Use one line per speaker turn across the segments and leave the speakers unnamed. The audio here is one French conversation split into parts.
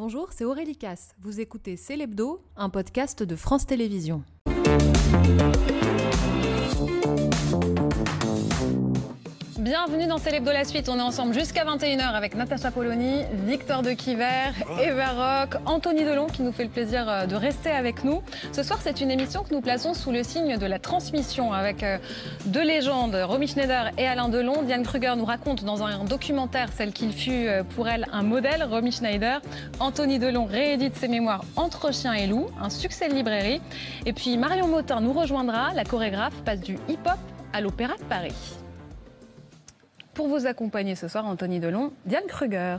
Bonjour, c'est Aurélie Casse. Vous écoutez C'est l'Hebdo, un podcast de France Télévisions. Bienvenue dans C'est l'Hebdo la suite. On est ensemble jusqu'à 21h avec Natacha Polony, Victor de Quiver, Eva Rock, Anthony Delon qui nous fait le plaisir de rester avec nous. Ce soir, c'est une émission que nous plaçons sous le signe de la transmission avec deux légendes, Romy Schneider et Alain Delon. Diane Kruger nous raconte dans un documentaire celle qu'il fut pour elle un modèle, Romy Schneider. Anthony Delon réédite ses mémoires Entre chiens et loups, un succès de librairie. Et puis Marion Motin nous rejoindra. La chorégraphe passe du hip-hop à l'Opéra de Paris. Pour vous accompagner ce soir, Anthony Delon, Diane Kruger.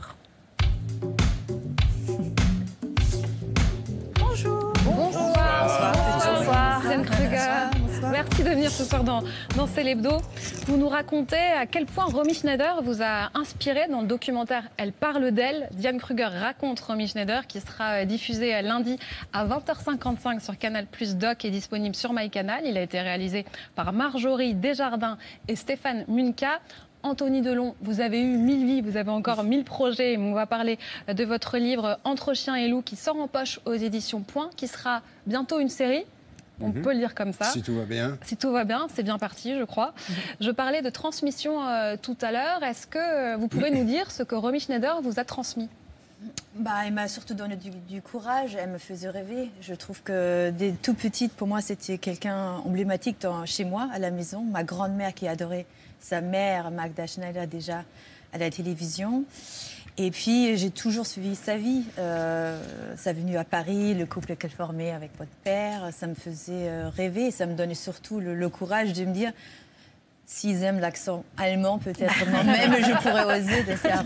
Bonjour.
Bonsoir. Diane Kruger. Merci de venir ce soir dans C'est l'Hebdo. Vous nous racontez à quel point Romy Schneider vous a inspiré dans le documentaire Elle parle d'elle. Diane Kruger raconte Romy Schneider qui sera diffusé lundi à 20h55 sur Canal+ Doc et disponible sur MyCanal. Il a été réalisé par Marjorie Desjardins et Stéphane Munka. Anthony Delon, vous avez eu 1000 vies, vous avez encore 1000 projets. On va parler de votre livre Entre chiens et loups qui sort en poche aux éditions Point, qui sera bientôt une série. On peut le dire comme ça.
Si tout va bien.
Si tout va bien, c'est bien parti, je crois. Je parlais de transmission tout à l'heure. Est-ce que vous pouvez nous dire ce que Romy Schneider vous a transmis ?
Elle m'a surtout donné du courage, elle me faisait rêver. Je trouve que dès tout petite, pour moi, c'était quelqu'un emblématique chez moi, à la maison. Ma grand-mère qui adorait sa mère, Magda Schneider, déjà à la télévision. Et puis, j'ai toujours suivi sa vie. Sa venue à Paris, le couple qu'elle formait avec votre père, ça me faisait rêver. Ça me donnait surtout le courage de me dire... S'ils aiment l'accent allemand, peut-être moi-même, je pourrais oser de faire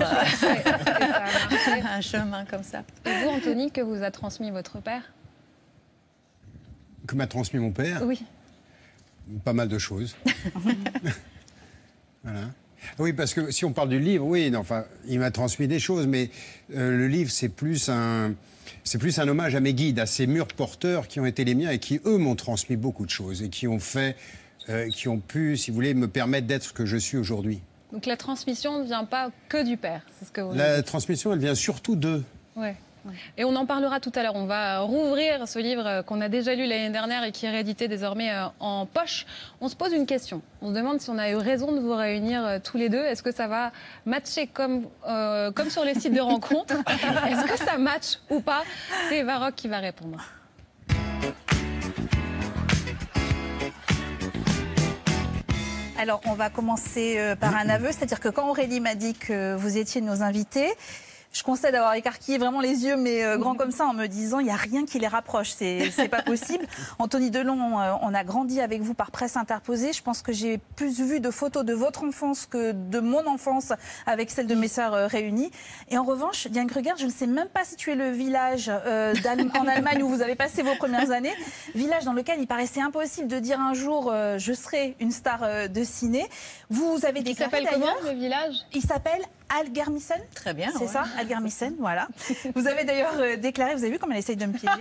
un chemin comme ça.
Et vous, Anthony, que vous a transmis votre père ?
Que m'a transmis mon père ?
Oui.
Pas mal de choses. Voilà. Oui, parce que si on parle du livre, oui, il m'a transmis des choses, mais le livre, c'est plus un hommage à mes guides, à ces murs porteurs qui ont été les miens et qui, eux, m'ont transmis beaucoup de choses et qui ont pu, si vous voulez, me permettre d'être ce que je suis aujourd'hui.
Donc la transmission ne vient pas que du père, c'est ce que vous
La transmission, elle vient surtout d'eux.
Ouais. Et on en parlera tout à l'heure. On va rouvrir ce livre qu'on a déjà lu l'année dernière et qui est réédité désormais en poche. On se pose une question. On se demande si on a eu raison de vous réunir tous les deux. Est-ce que ça va matcher comme sur les sites de rencontres ? Est-ce que ça match ou pas ? C'est Eva Rock qui va répondre.
Alors, on va commencer par un aveu, c'est-à-dire que quand Aurélie m'a dit que vous étiez nos invités, je conseille d'avoir écarquillé vraiment les yeux, mais grands comme ça, en me disant il n'y a rien qui les rapproche, c'est pas possible. Anthony Delon, on a grandi avec vous par presse interposée. Je pense que j'ai plus vu de photos de votre enfance que de mon enfance avec celle de mes sœurs réunies. Et en revanche, Diane Kruger, je ne sais même pas situer le village en Allemagne où vous avez passé vos premières années. Village dans lequel il paraissait impossible de dire un jour je serai une star de ciné. Vous avez déclaré d'ailleurs...
Il s'appelle comment le village ?
Il s'appelle Algermissen.
Très bien.
C'est ça, Algermissen, voilà. Vous avez d'ailleurs déclaré, vous avez vu comme elle essaye de me piéger.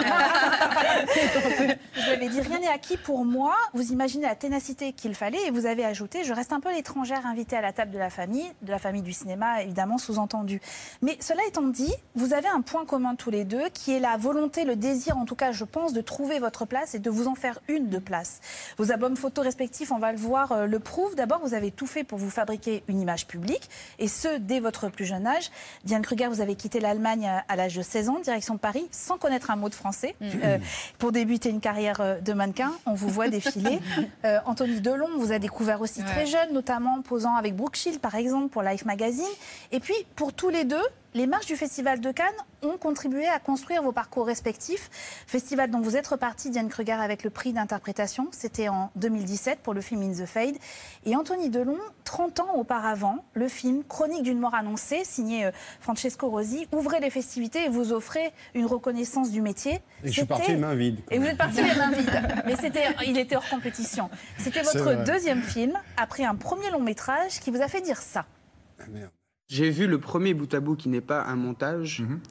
Vous avez dit rien n'est acquis pour moi. Vous imaginez la ténacité qu'il fallait et vous avez ajouté je reste un peu l'étrangère invitée à la table de la famille du cinéma, évidemment sous-entendu. Mais cela étant dit, vous avez un point commun tous les deux qui est la volonté, le désir, en tout cas je pense, de trouver votre place et de vous en faire une de place. Vos albums photos respectifs, on va le voir, le prouvent. D'abord, vous avez tout fait pour vous fabriquer une image publique et ce, dès votre plus jeune âge. Diane Kruger, vous avez quitté l'Allemagne à l'âge de 16 ans, direction Paris, sans connaître un mot de français, pour débuter une carrière de mannequin. On vous voit défiler. Anthony Delon vous a découvert aussi très jeune, notamment posant avec Brooke Shields, par exemple, pour Life Magazine. Et puis, pour tous les deux, les marches du Festival de Cannes ont contribué à construire vos parcours respectifs. Festival dont vous êtes reparti, Diane Kruger, avec le prix d'interprétation. C'était en 2017 pour le film In the Fade. Et Anthony Delon, 30 ans auparavant, le film Chronique d'une mort annoncée, signé Francesco Rosi, ouvrait les festivités et vous offrait une reconnaissance du métier.
Et je suis parti les mains vides.
Et vous êtes parti les mains vides. Mais il était hors compétition. C'était votre deuxième film, après un premier long métrage, qui vous a fait dire ça.
Ah, merde.
J'ai vu le premier bout à bout qui n'est pas un montage.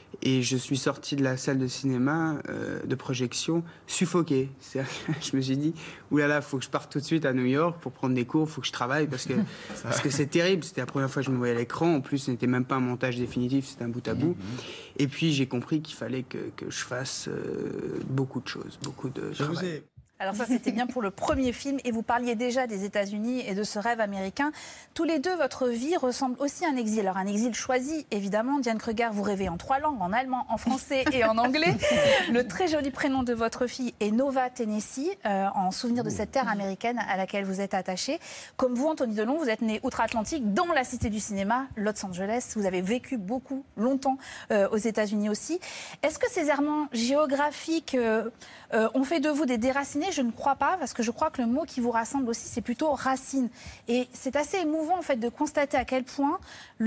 Et je suis sorti de la salle de cinéma, de projection, suffoqué. Je me suis dit, oulala, faut que je parte tout de suite à New York pour prendre des cours, faut que je travaille parce que c'est terrible. C'était la première fois que je me voyais à l'écran. En plus, ce n'était même pas un montage définitif, c'était un bout à bout. Et puis, j'ai compris qu'il fallait que je fasse beaucoup de choses, beaucoup de travail.
Alors ça, c'était bien pour le premier film. Et vous parliez déjà des États-Unis et de ce rêve américain. Tous les deux, votre vie ressemble aussi à un exil. Alors un exil choisi, évidemment. Diane Kruger, vous rêvez en 3 langues, en allemand, en français et en anglais. Le très joli prénom de votre fille est Nova Tennessee, en souvenir de cette terre américaine à laquelle vous êtes attaché. Comme vous, Anthony Delon, vous êtes né outre-Atlantique, dans la cité du cinéma, Los Angeles. Vous avez vécu beaucoup, longtemps aux États-Unis aussi. Est-ce que ces errements géographiques ont fait de vous des déracinés? Je ne crois pas, parce que je crois que le mot qui vous rassemble aussi, c'est plutôt racine. Et c'est assez émouvant, en fait, de constater à quel point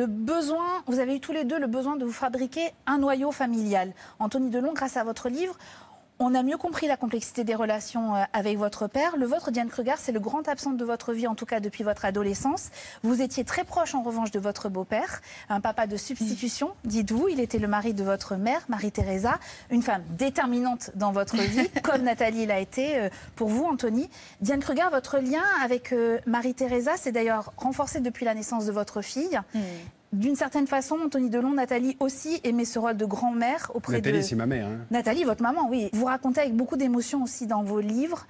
vous avez eu tous les deux le besoin de vous fabriquer un noyau familial. Anthony Delon, grâce à votre livre, on a mieux compris la complexité des relations avec votre père. Le vôtre, Diane Kruger, c'est le grand absent de votre vie, en tout cas depuis votre adolescence. Vous étiez très proche, en revanche, de votre beau-père, un papa de substitution, dites-vous. Il était le mari de votre mère, Marie-Thérèse, une femme déterminante dans votre vie, comme Nathalie l'a été pour vous, Anthony. Diane Kruger, votre lien avec Marie-Thérèse s'est d'ailleurs renforcé depuis la naissance de votre fille. D'une certaine façon, Anthony Delon, Nathalie aussi aimait ce rôle de grand-mère auprès
Nathalie, c'est ma mère. Hein.
Nathalie, votre maman, oui. Vous racontez avec beaucoup d'émotion aussi dans vos livres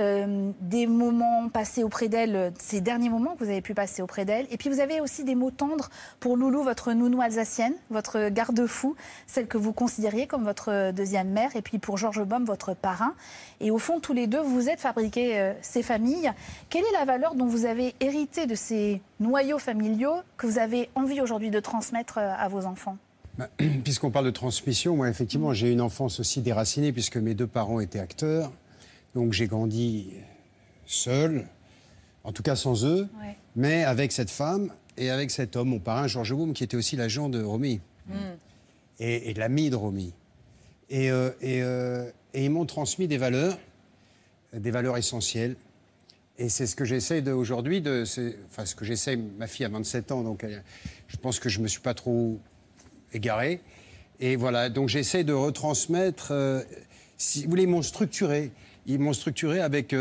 des moments passés auprès d'elle, ces derniers moments que vous avez pu passer auprès d'elle. Et puis vous avez aussi des mots tendres pour Loulou, votre nounou alsacienne, votre garde-fou, celle que vous considériez comme votre deuxième mère. Et puis pour Georges Baum, votre parrain. Et au fond, tous les deux, vous vous êtes fabriqués ces familles. Quelle est la valeur dont vous avez hérité de ces noyaux familiaux que vous avez envie aujourd'hui de transmettre à vos enfants?
Puisqu'on parle de transmission, moi, effectivement, j'ai une enfance aussi déracinée, puisque mes 2 parents étaient acteurs. Donc j'ai grandi seul, en tout cas sans eux, mais avec cette femme et avec cet homme, mon parrain, Georges Baum, qui était aussi l'agent de Romy et l'ami de Romy. Et ils m'ont transmis des valeurs essentielles. Et c'est ce que j'essaie aujourd'hui, ce que j'essaie, ma fille a 27 ans, donc je pense que je ne me suis pas trop égaré. Et voilà, donc j'essaie de retransmettre, si vous voulez, ils m'ont structuré avec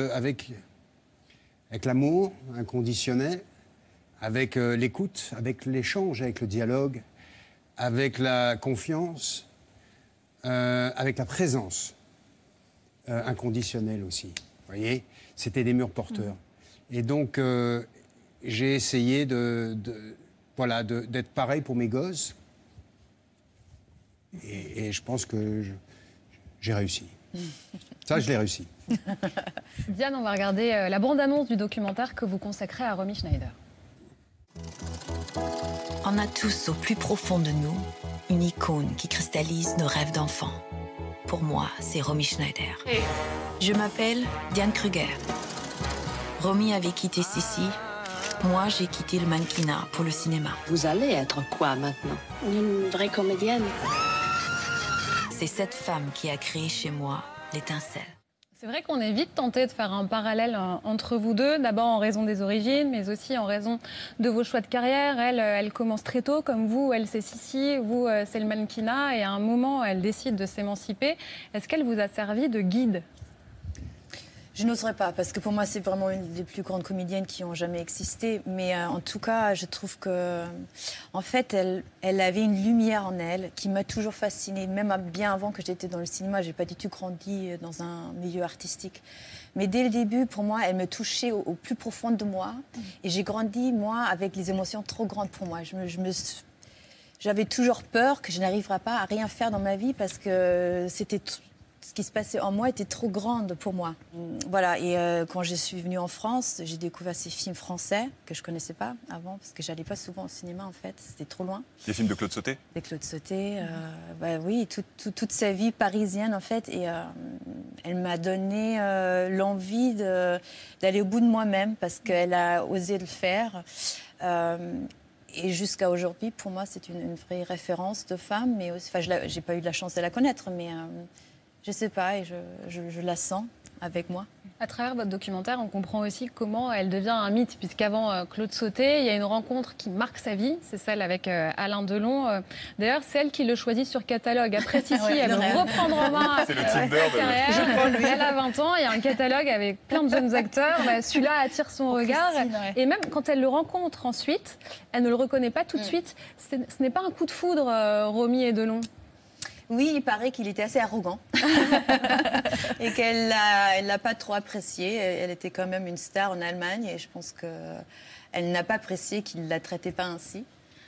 l'amour inconditionnel, avec l'écoute, avec l'échange, avec le dialogue, avec la confiance, avec la présence inconditionnelle aussi. Vous voyez, c'était des murs porteurs. Et donc, j'ai essayé d'être pareil pour mes gosses. Et je pense que j'ai réussi. Ça, je l'ai réussi.
Diane, on va regarder la bande-annonce du documentaire que vous consacrez à Romy Schneider.
On a tous au plus profond de nous une icône qui cristallise nos rêves d'enfant. Pour moi, c'est Romy Schneider. Je m'appelle Diane Kruger. Romy avait quitté Sissi. Moi, j'ai quitté le mannequinat pour le cinéma.
Vous allez être quoi maintenant? Une vraie comédienne?
C'est cette femme qui a créé chez moi l'étincelle.
C'est vrai qu'on est vite tenté de faire un parallèle entre vous deux, d'abord en raison des origines, mais aussi en raison de vos choix de carrière. Elle commence très tôt, comme vous, elle c'est Sissi, vous c'est le mannequinat, et à un moment, elle décide de s'émanciper. Est-ce qu'elle vous a servi de guide ?
Je n'oserais pas, parce que pour moi, c'est vraiment une des plus grandes comédiennes qui ont jamais existé. Mais en tout cas, je trouve que, en fait, elle avait une lumière en elle qui m'a toujours fascinée. Même bien avant que j'étais dans le cinéma, j'ai pas du tout grandi dans un milieu artistique. Mais dès le début, pour moi, elle me touchait au plus profond de moi. Et j'ai grandi, moi, avec les émotions trop grandes pour moi. J'avais toujours peur que je n'arriverais pas à rien faire dans ma vie parce que ce qui se passait en moi était trop grande pour moi. Voilà, et quand je suis venue en France, j'ai découvert ces films français que je ne connaissais pas avant, parce que je n'allais pas souvent au cinéma, en fait, c'était trop loin.
Les films de Claude Sauté ?
De Claude Sauté, oui, toute sa vie parisienne, en fait, et elle m'a donné l'envie d'aller au bout de moi-même, parce qu'elle a osé le faire. Et jusqu'à aujourd'hui, pour moi, c'est une vraie référence de femme, mais aussi, je n'ai pas eu de la chance de la connaître, mais... je ne sais pas, et je la sens avec moi.
À travers votre documentaire, on comprend aussi comment elle devient un mythe, puisqu'avant Claude Sautet, il y a une rencontre qui marque sa vie, c'est celle avec Alain Delon. D'ailleurs, c'est elle qui le choisit sur catalogue. Après Sissi, elle veut reprendre en main sa carrière. Elle a 20 ans, il y a un catalogue avec plein de jeunes acteurs. Celui-là attire son regard. Et même quand elle le rencontre ensuite, elle ne le reconnaît pas tout de suite. Ce n'est pas un coup de foudre, Romy et Delon.
Oui, il paraît qu'il était assez arrogant et qu'elle l'a pas trop apprécié. Elle était quand même une star en Allemagne et je pense qu'elle n'a pas apprécié qu'il ne la traitait pas ainsi.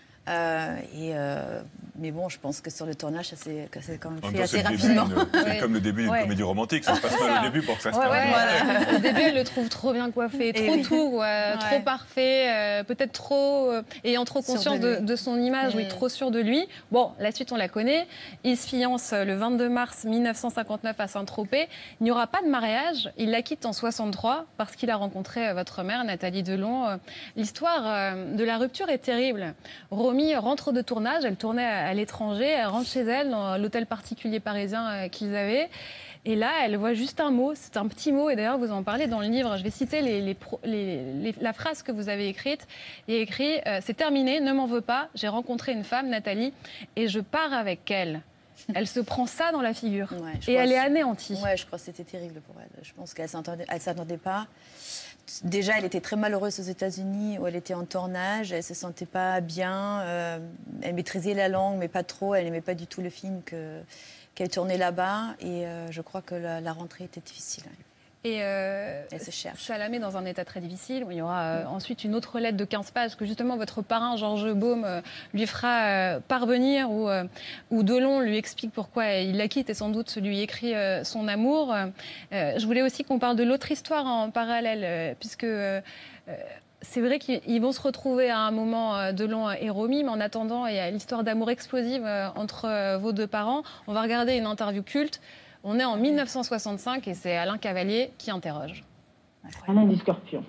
Mais bon, je pense que sur le tournage, ça s'est quand même fait assez rapidement.
C'est comme le début d'une comédie romantique, ça se passe mal au début pour que ça se termine.
Au début, elle le trouve trop bien coiffé, trop parfait, peut-être trop, ayant trop conscience de son image, trop sûr de lui. Bon, la suite, on la connaît. Ils se fiancent le 22 mars 1959 à Saint-Tropez. Il n'y aura pas de mariage. Il la quitte en 63 parce qu'il a rencontré votre mère, Nathalie Delon. L'histoire de la rupture est terrible. Romy rentre de tournage, elle tournait à l'étranger, elle rentre chez elle dans l'hôtel particulier parisien qu'ils avaient. Et là, elle voit juste un mot, c'est un petit mot, et d'ailleurs vous en parlez dans le livre. Je vais citer la phrase que vous avez écrite. Il y a écrit « C'est terminé, ne m'en veux pas, j'ai rencontré une femme, Nathalie, et je pars avec elle ». Elle se prend ça dans la figure, et elle est anéantie.
Ouais, je crois que c'était terrible pour elle. Je pense qu'elle ne s'attendait pas. Déjà, elle était très malheureuse aux États-Unis où elle était en tournage. Elle ne se sentait pas bien. Elle maîtrisait la langue, mais pas trop. Elle n'aimait pas du tout le film qu'elle tournait là-bas. Et je crois que la rentrée était difficile.
Et
elle se cherche.
Ça la met dans un état très difficile. Il y aura ensuite une autre lettre de 15 pages que justement votre parrain Georges Baume lui fera parvenir, où Delon lui explique pourquoi il la quitte et sans doute lui écrit son amour. Je voulais aussi qu'on parle de l'autre histoire en parallèle, puisque c'est vrai qu'ils vont se retrouver à un moment, Delon et Romy, mais en attendant, il y a l'histoire d'amour explosive entre vos deux parents. On va regarder une interview culte. On est en 1965 et c'est Alain Cavalier qui interroge.
Alain du Scorpion.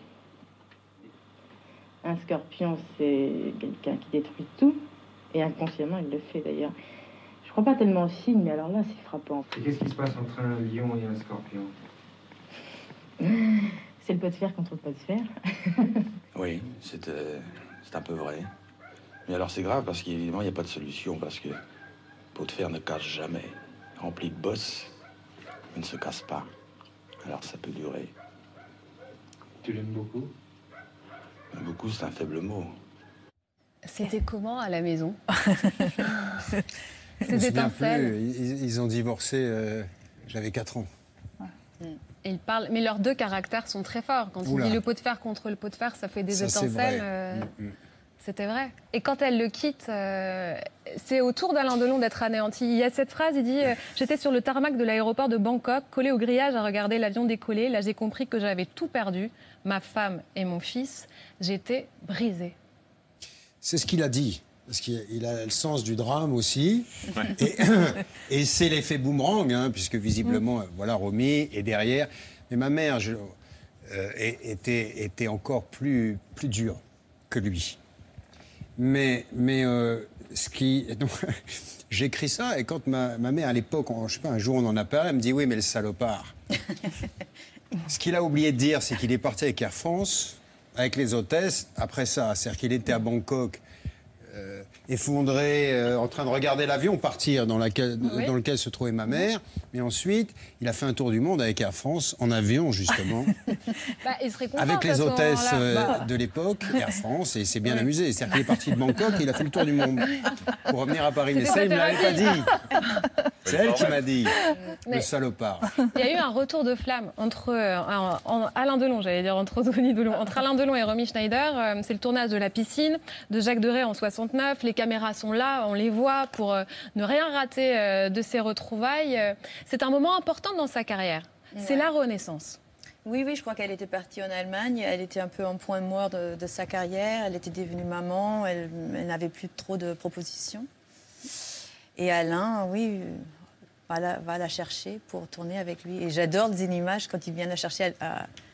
Un scorpion, c'est quelqu'un qui détruit tout. Et inconsciemment, il le fait d'ailleurs. Je crois pas tellement au signe, mais alors là, c'est frappant.
Et qu'est-ce qui se passe entre un lion et un scorpion?
C'est le pot de fer contre le pot de fer.
Oui, c'est un peu vrai. Mais alors c'est grave parce qu'évidemment, il n'y a pas de solution. Parce que le pot de fer ne casse jamais. Rempli de bosses, il ne se casse pas. Alors ça peut durer.
Tu l'aimes beaucoup?
Beaucoup, c'est un faible mot.
C'était comment à la maison?
Ces étincelles. Ils ont divorcé, j'avais 4 ans.
Et ils parlent, mais leurs deux caractères sont très forts. Quand il dit le pot de fer contre le pot de fer, ça fait des étincelles. C'était vrai. Et quand elle le quitte, c'est au tour d'Alain Delon d'être anéanti. Il y a cette phrase, il dit « J'étais sur le tarmac de l'aéroport de Bangkok, collé au grillage à regarder l'avion décoller. Là, j'ai compris que j'avais tout perdu, ma femme et mon fils. J'étais brisée. »
C'est ce qu'il a dit. Parce qu'il a le sens du drame aussi. Ouais. Et c'est l'effet boomerang, hein, puisque visiblement, voilà, Romy est derrière. Mais ma mère était encore plus dure que lui. Mais j'écris ça, et quand ma mère, à l'époque, je sais pas, un jour on en a parlé, elle me dit « Oui, mais le salopard ». Ce qu'il a oublié de dire, c'est qu'il est parti avec Air France, avec les hôtesses, après ça. C'est-à-dire qu'il était à Bangkok, effondré, en train de regarder l'avion partir dans lequel se trouvait ma mère. Mais ensuite, il a fait un tour du monde avec Air France, en avion, justement.
Il serait content,
avec les hôtesses de l'époque, Air France, et il s'est bien amusé. C'est-à-dire qu'il est parti de Bangkok et il a fait le tour du monde pour revenir à Paris. Mais ça, il ne me l'avait pas dit. C'est elle qui m'a dit, le salopard.
Il y a eu un retour de flamme entre Alain Delon, entre Anthony Delon, entre Alain Delon et Romy Schneider. C'est le tournage de La Piscine de Jacques Deray en 69. Les caméras sont là, on les voit pour ne rien rater de ces retrouvailles. C'est un moment important dans sa carrière. C'est la renaissance.
Oui, je crois qu'elle était partie en Allemagne. Elle était un peu en point mort de sa carrière. Elle était devenue maman. Elle n'avait plus trop de propositions. Et Alain, oui, va la chercher pour tourner avec lui. Et j'adore les images quand il vient la chercher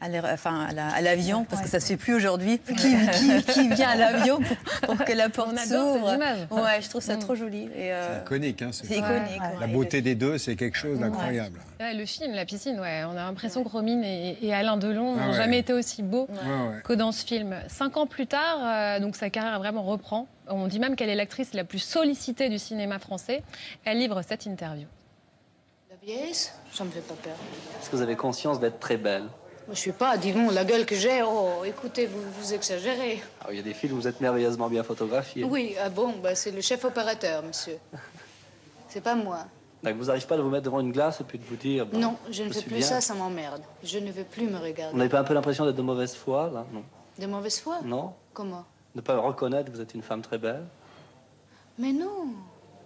à l'avion, parce que ça ne se fait plus aujourd'hui. Qui vient à l'avion pour que la porte s'ouvre. Ouais, je trouve ça trop joli.
C'est iconique. Hein,
c'est iconique.
La beauté des deux, c'est quelque chose d'incroyable.
Ouais, le film, la piscine, on a l'impression que Romine et Alain Delon n'ont jamais été aussi beaux que dans ce film. 5 ans plus tard, donc sa carrière vraiment reprend. On dit même qu'elle est l'actrice la plus sollicitée du cinéma français. Elle livre cette interview.
La vieillesse, ça me fait pas peur.
Est-ce que vous avez conscience d'être très belle?
Je sais pas, dis-donc, la gueule que j'ai, écoutez, vous exagérez.
Il y a des films où vous êtes merveilleusement bien photographié.
Oui, c'est le chef opérateur, monsieur. C'est pas moi.
Donc vous n'arrivez pas à vous mettre devant une glace et puis de vous dire...
non, je ne fais plus ça, ça m'emmerde. Je ne veux plus me regarder.
Vous n'avez pas un peu l'impression d'être de mauvaise foi, là? Non.
De mauvaise foi?
Non.
Comment?
Ne pas reconnaître que vous êtes une femme très belle?
Mais non.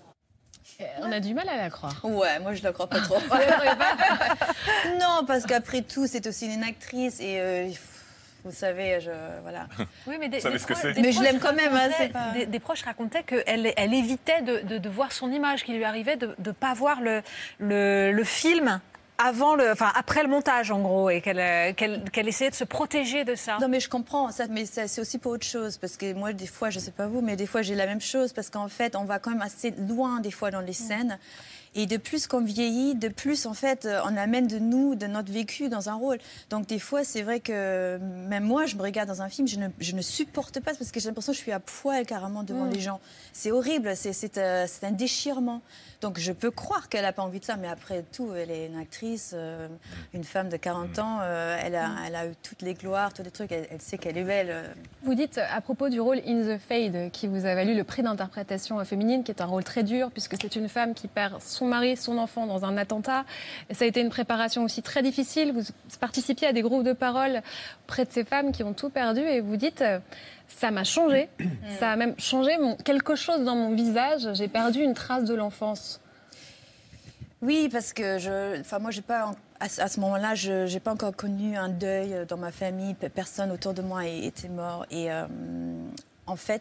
On a du mal à la croire.
Ouais, moi je la crois pas trop. Non, parce qu'après tout, c'est aussi une actrice et vous savez, voilà.
Oui, mais
je l'aime quand même.
Des proches racontaient qu'elle évitait de voir son image, qu'il lui arrivait de ne pas voir le film après le montage, en gros, et qu'elle essayait de se protéger de ça.
Non, mais je comprends, mais c'est aussi pour autre chose, parce que moi, des fois, je sais pas vous, mais des fois, j'ai la même chose, parce qu'en fait, on va quand même assez loin, des fois, dans les scènes. Et de plus qu'on vieillit, de plus, en fait, on amène de notre vécu dans un rôle. Donc, des fois, c'est vrai que même moi, je me regarde dans un film, je ne supporte pas, parce que j'ai l'impression que je suis à poil carrément devant les gens. C'est horrible, c'est un déchirement. Donc, je peux croire qu'elle n'a pas envie de ça, mais après tout, elle est une actrice, une femme de 40 ans, elle a eu toutes les gloires, tous les trucs, elle sait qu'elle est belle.
Vous dites, à propos du rôle In the Fade, qui vous a valu le prix d'interprétation féminine, qui est un rôle très dur, puisque c'est une femme qui perd son mari, son enfant dans un attentat. Et ça a été une préparation aussi très difficile. Vous participiez à des groupes de parole près de ces femmes qui ont tout perdu, et vous dites... Ça m'a changé, ça a même changé quelque chose dans mon visage. J'ai perdu une trace de l'enfance.
Oui, parce que moi, j'ai pas, à ce moment-là, je n'ai pas encore connu un deuil dans ma famille. Personne autour de moi était mort. Et en fait,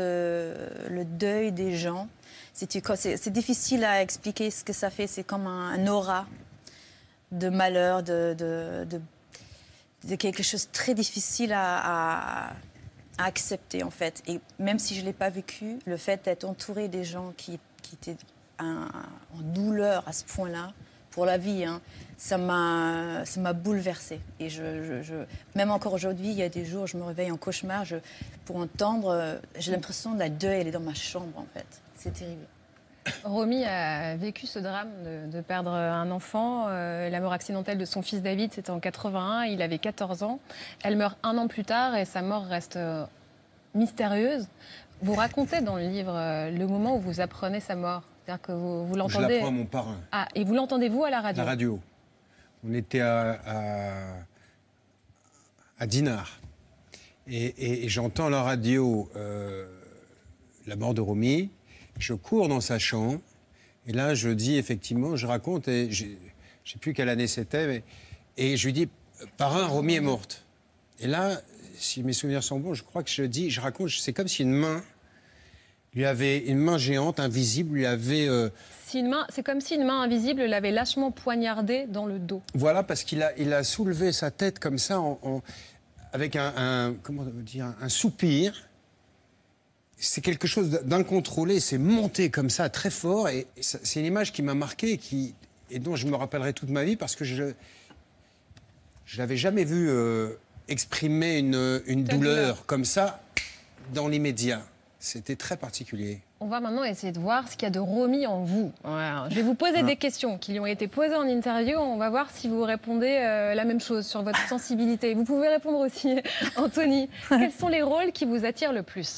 le deuil des gens, c'est difficile à expliquer ce que ça fait. C'est comme un aura de malheur, de quelque chose de très difficile à accepter, en fait. Et même si je ne l'ai pas vécu, le fait d'être entourée des gens qui étaient en douleur à ce point-là, pour la vie, ça m'a bouleversée. Et même encore aujourd'hui, il y a des jours, je me réveille en cauchemar, pour entendre, j'ai l'impression que la deuil, elle est dans ma chambre, en fait. C'est terrible.
Romy a vécu ce drame de perdre un enfant. La mort accidentelle de son fils David, c'était en 81. Il avait 14 ans. Elle meurt 1 an plus tard et sa mort reste mystérieuse. Vous racontez dans le livre le moment où vous apprenez sa mort. C'est-à-dire que vous l'entendez...
Je l'apprends à mon parrain.
Ah, et vous l'entendez, vous, à la radio?
La radio. On était à Dinard. Et j'entends à la radio la mort de Romy. Je cours dans sa chambre, et là, je dis effectivement, je raconte, et je ne sais plus quelle année c'était, et je lui dis, parrain, Romy est morte. Et là, si mes souvenirs sont bons, je crois que je raconte, c'est comme si une main géante, invisible, lui avait...
C'est comme si une main invisible l'avait lâchement poignardé dans le dos.
Voilà, parce qu'il a soulevé sa tête comme ça, avec un soupir. C'est quelque chose d'incontrôlé, c'est monté comme ça, très fort, et c'est une image qui m'a marqué et dont je me rappellerai toute ma vie, parce que je n'avais jamais vu exprimer une douleur comme ça dans l'immédiat. C'était très particulier.
On va maintenant essayer de voir ce qu'il y a de Romy en vous. Voilà. Je vais vous poser des questions qui lui ont été posées en interview. On va voir si vous répondez la même chose sur votre sensibilité. Vous pouvez répondre aussi, Anthony. Quels sont les rôles qui vous attirent le plus ?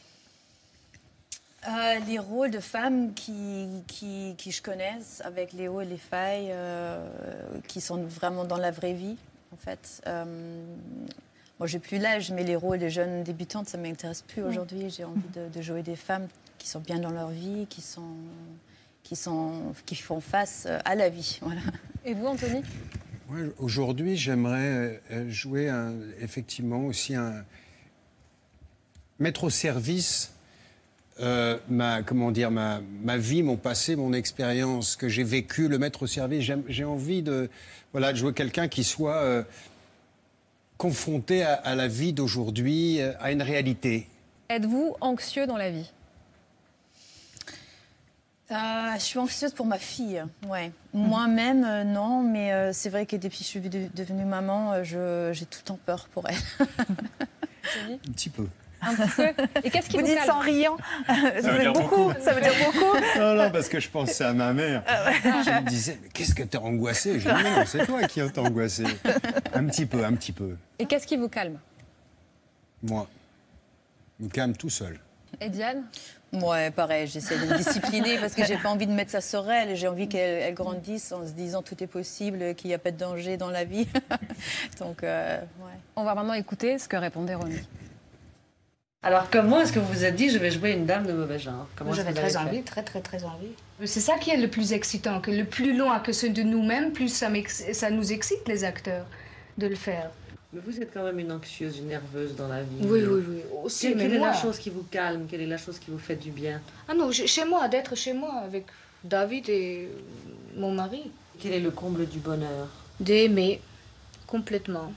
Les rôles de femmes qui je connais, avec les hauts et les failles, qui sont vraiment dans la vraie vie, en fait. Moi, j'ai plus l'âge, mais les rôles de jeunes débutantes, ça ne m'intéresse plus aujourd'hui. J'ai envie de jouer des femmes qui sont bien dans leur vie, qui font face à la vie. Voilà.
Et vous, Anthony ?
Ouais, aujourd'hui, j'aimerais jouer effectivement aussi mettre au service ma vie, mon passé, mon expérience que j'ai vécue, le mettre au service. J'ai envie de jouer quelqu'un qui soit confronté à la vie d'aujourd'hui, à une réalité.
Êtes-vous anxieux dans la vie ?
Je suis anxieuse pour ma fille, ouais. Moi-même, non, mais c'est vrai que depuis que je suis devenue maman, j'ai tout le temps peur pour elle.
Un petit peu.
Un petit peu. Et qu'est-ce qui vous
dites
calme
sans riant.
Ça veut dire
beaucoup. Ça veut dire beaucoup.
Non, parce que je pensais à ma mère. Je me disais, mais qu'est-ce que t'es angoissée? Je dis, non, c'est toi qui t'es angoissée. Un petit peu.
Et qu'est-ce qui vous calme?
Moi. Je me calme tout seul.
Et Diane?
Ouais, pareil, j'essaie de me discipliner parce que j'ai pas envie de mettre ça sur elle. J'ai envie qu'elle grandisse en se disant tout est possible, qu'il n'y a pas de danger dans la vie. Donc, ouais.
On va maintenant écouter ce que répondait Romy.
Alors, comment est-ce que vous vous êtes dit, je vais jouer une dame de mauvais genre?
J'avais très envie, très envie. C'est ça qui est le plus excitant, que le plus loin que c'est de nous-mêmes, plus ça nous excite, les acteurs, de le faire.
Mais vous êtes quand même une anxieuse, une nerveuse dans la vie.
Oui, aussi,
Quelle est la chose qui vous calme? Quelle est la chose qui vous fait du bien?
Ah non, d'être chez moi avec David et mon mari.
Quel est le comble du bonheur?
D'aimer complètement.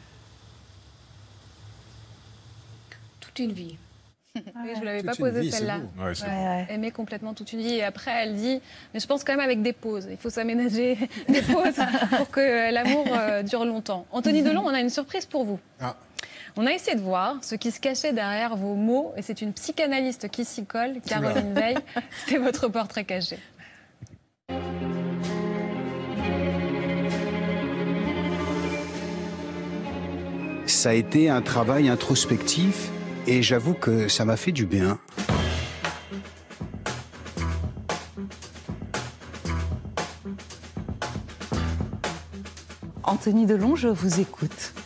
Toute une vie.
Oui, je ne l'avais pas posée celle-là. Aimer complètement toute une vie. Et après, elle dit, mais je pense quand même avec des pauses. Il faut s'aménager des pauses pour que l'amour dure longtemps. Anthony Delon, on a une surprise pour vous.
Ah.
On a essayé de voir ce qui se cachait derrière vos mots. Et c'est une psychanalyste qui s'y colle, Caroline Veil. C'est votre portrait caché.
Ça a été un travail introspectif. Et j'avoue que ça m'a fait du bien.
Anthony Delon, je vous écoute.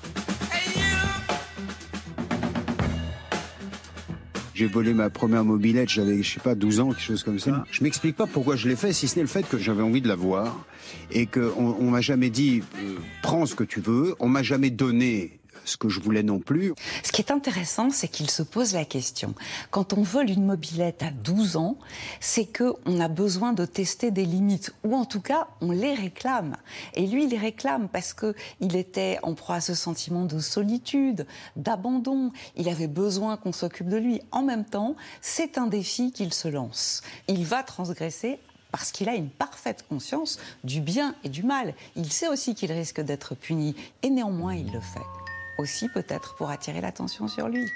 J'ai volé ma première mobilette, j'avais, 12 ans, quelque chose comme ça. Je m'explique pas pourquoi je l'ai fait, si ce n'est le fait que j'avais envie de la voir. Et qu'on m'a jamais dit, prends ce que tu veux. On m'a jamais donné ce que je voulais non plus.
Ce qui est intéressant, c'est qu'il se pose la question. Quand on vole une mobilette à 12 ans, c'est qu'on a besoin de tester des limites, ou en tout cas, on les réclame. Et lui, il les réclame parce qu'il était en proie à ce sentiment de solitude, d'abandon. Il avait besoin qu'on s'occupe de lui. En même temps, c'est un défi qu'il se lance. Il va transgresser parce qu'il a une parfaite conscience du bien et du mal. Il sait aussi qu'il risque d'être puni, et néanmoins, il le fait. Aussi peut-être pour attirer l'attention sur lui.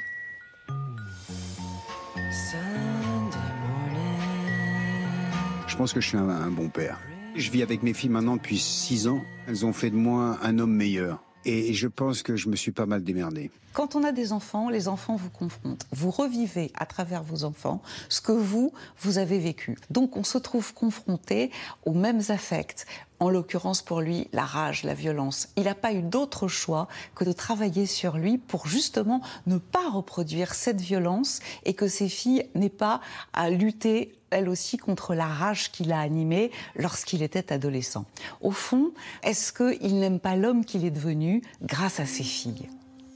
Je pense que je suis un bon père. Je vis avec mes filles maintenant depuis 6 ans. Elles ont fait de moi un homme meilleur. Et je pense que je me suis pas mal démerdé.
Quand on a des enfants, les enfants vous confrontent. Vous revivez à travers vos enfants ce que vous avez vécu. Donc on se trouve confronté aux mêmes affects. En l'occurrence pour lui, la rage, la violence. Il n'a pas eu d'autre choix que de travailler sur lui pour justement ne pas reproduire cette violence et que ses filles n'aient pas à lutter elle aussi contre la rage qui l'a animé lorsqu'il était adolescent. Au fond, est-ce qu'il n'aime pas l'homme qu'il est devenu grâce à ses filles ?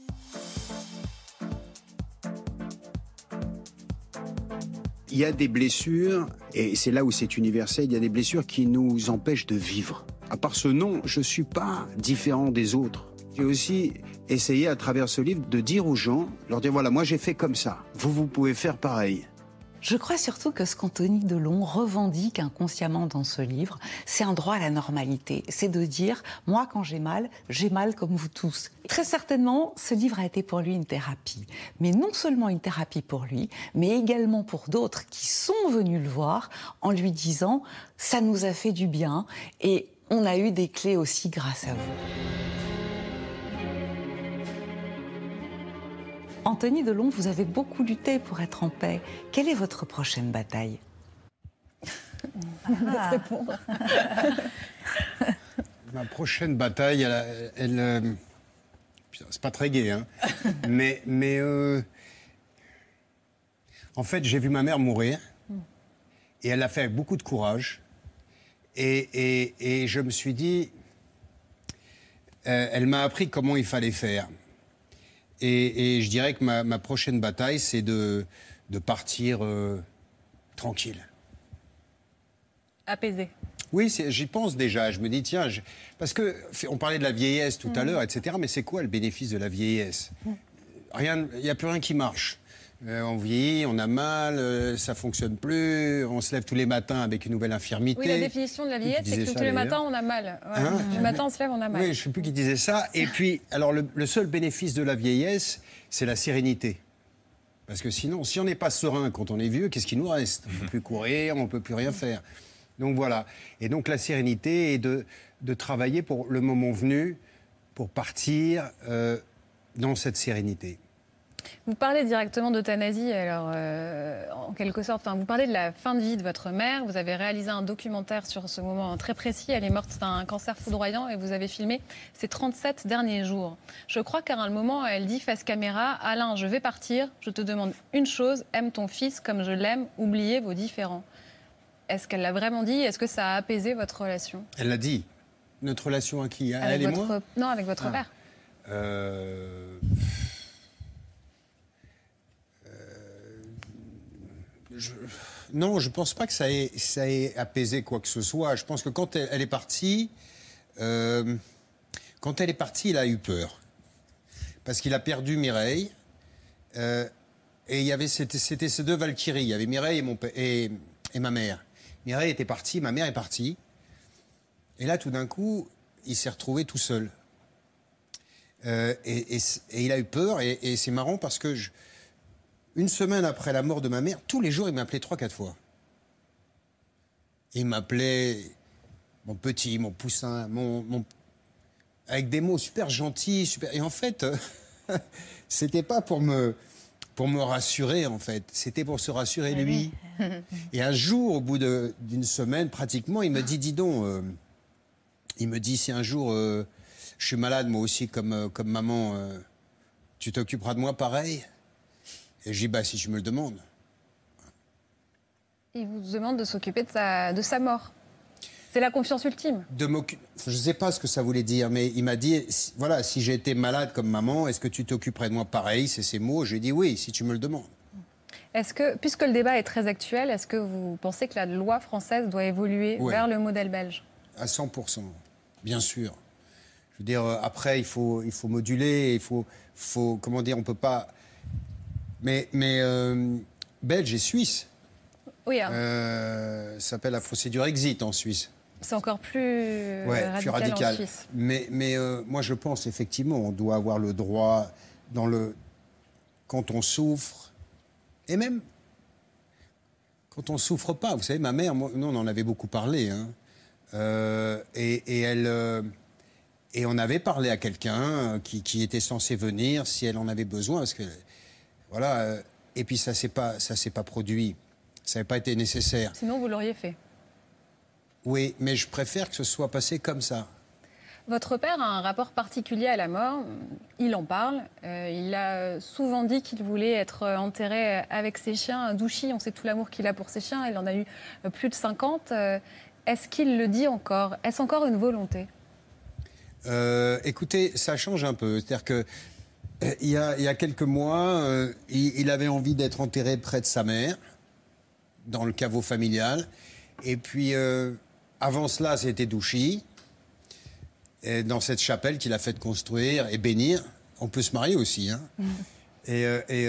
Il y a des blessures, et c'est là où c'est universel, il y a des blessures qui nous empêchent de vivre. À part ce nom, je ne suis pas différent des autres. J'ai aussi essayé à travers ce livre de dire aux gens, leur dire voilà, moi j'ai fait comme ça, vous pouvez faire pareil.
Je crois surtout que ce qu'Anthony Delon revendique inconsciemment dans ce livre, c'est un droit à la normalité. C'est de dire, moi quand j'ai mal comme vous tous. Très certainement, ce livre a été pour lui une thérapie. Mais non seulement une thérapie pour lui, mais également pour d'autres qui sont venus le voir en lui disant, ça nous a fait du bien et on a eu des clés aussi grâce à vous. Anthony Delon, vous avez beaucoup lutté pour être en paix. Quelle est votre prochaine bataille ?
Ma prochaine bataille, c'est pas très gai, hein. mais en fait, j'ai vu ma mère mourir et elle l'a fait avec beaucoup de courage. Et je me suis dit, elle m'a appris comment il fallait faire. Et je dirais que ma prochaine bataille, c'est de partir tranquille.
Apaisé.
Oui, j'y pense déjà. Je me dis, tiens, parce qu'on parlait de la vieillesse tout à l'heure, etc. Mais c'est quoi le bénéfice de la vieillesse ? Rien, il n'y a plus rien qui marche. On vieillit, on a mal, ça ne fonctionne plus, on se lève tous les matins avec une nouvelle infirmité.
Oui, la définition de la vieillesse, c'est que tous les matins, on a mal. Ouais. Le matin, on se lève, on a mal.
Oui, je ne sais plus qui disait ça. Et puis, alors, le seul bénéfice de la vieillesse, c'est la sérénité. Parce que sinon, si on n'est pas serein quand on est vieux, qu'est-ce qui nous reste ? On ne peut plus courir, on ne peut plus rien faire. Donc voilà. Et donc la sérénité est de travailler pour le moment venu, pour partir dans cette sérénité.
Vous parlez directement d'euthanasie, alors en quelque sorte, vous parlez de la fin de vie de votre mère, vous avez réalisé un documentaire sur ce moment très précis, elle est morte d'un cancer foudroyant et vous avez filmé ses 37 derniers jours. Je crois qu'à un moment, elle dit face caméra, « Alain, je vais partir, je te demande une chose, aime ton fils comme je l'aime, oubliez vos différends ». Est-ce qu'elle l'a vraiment dit ? Est-ce que ça a apaisé votre relation ?
Elle l'a dit. Notre relation à qui ? À elle et moi ?
Non, avec votre père.
Non, je ne pense pas que ça ait apaisé quoi que ce soit. Je pense que quand elle est partie, il a eu peur. Parce qu'il a perdu Mireille. Et c'était ces deux Valkyries. Il y avait Mireille et ma mère. Mireille était partie, ma mère est partie. Et là, tout d'un coup, il s'est retrouvé tout seul. Et il a eu peur. Et c'est marrant parce que une semaine après la mort de ma mère, tous les jours, il m'appelait 3-4 fois. Il m'appelait mon petit, mon poussin, avec des mots super gentils. Et en fait, c'était pas pour me rassurer, en fait. C'était pour se rassurer lui. Et un jour, au bout d'une semaine, pratiquement, il me dit, dis donc, il me dit, si un jour je suis malade, moi aussi, comme maman, tu t'occuperas de moi pareil ? Et je dis, bah, si tu me le demandes.
Il vous demande de s'occuper de sa mort. C'est la confiance ultime. Je
ne sais pas ce que ça voulait dire, mais il m'a dit, voilà, si j'ai été malade comme maman, est-ce que tu t'occuperais de moi pareil ? C'est ces mots. J'ai dit oui, si tu me le demandes.
Est-ce que, puisque le débat est très actuel, est-ce que vous pensez que la loi française doit évoluer vers le modèle belge ?
À 100%, bien sûr. Je veux dire, après, il faut moduler, il faut comment dire, on peut pas... Mais belge et suisse.
Oui.
Ça s'appelle la procédure exit en Suisse.
C'est encore plus radical en Suisse.
Mais moi, je pense effectivement, on doit avoir le droit quand on souffre, et même quand on souffre pas. Vous savez, ma mère, nous, on en avait beaucoup parlé, hein, et on avait parlé à quelqu'un qui était censé venir si elle en avait besoin, parce que voilà. Et puis ça s'est pas produit. Ça n'avait pas été nécessaire.
Sinon, vous l'auriez fait.
Oui, mais je préfère que ce soit passé comme ça.
Votre père a un rapport particulier à la mort. Il en parle. Il a souvent dit qu'il voulait être enterré avec ses chiens. Douchy, on sait tout l'amour qu'il a pour ses chiens. Il en a eu plus de 50. Est-ce qu'il le dit encore ? Est-ce encore une volonté ?
Écoutez, ça change un peu. C'est-à-dire que il y a quelques mois, il avait envie d'être enterré près de sa mère, dans le caveau familial. Et puis, avant cela, c'était Douchy, et dans cette chapelle qu'il a fait construire et bénir. On peut se marier aussi, hein. Et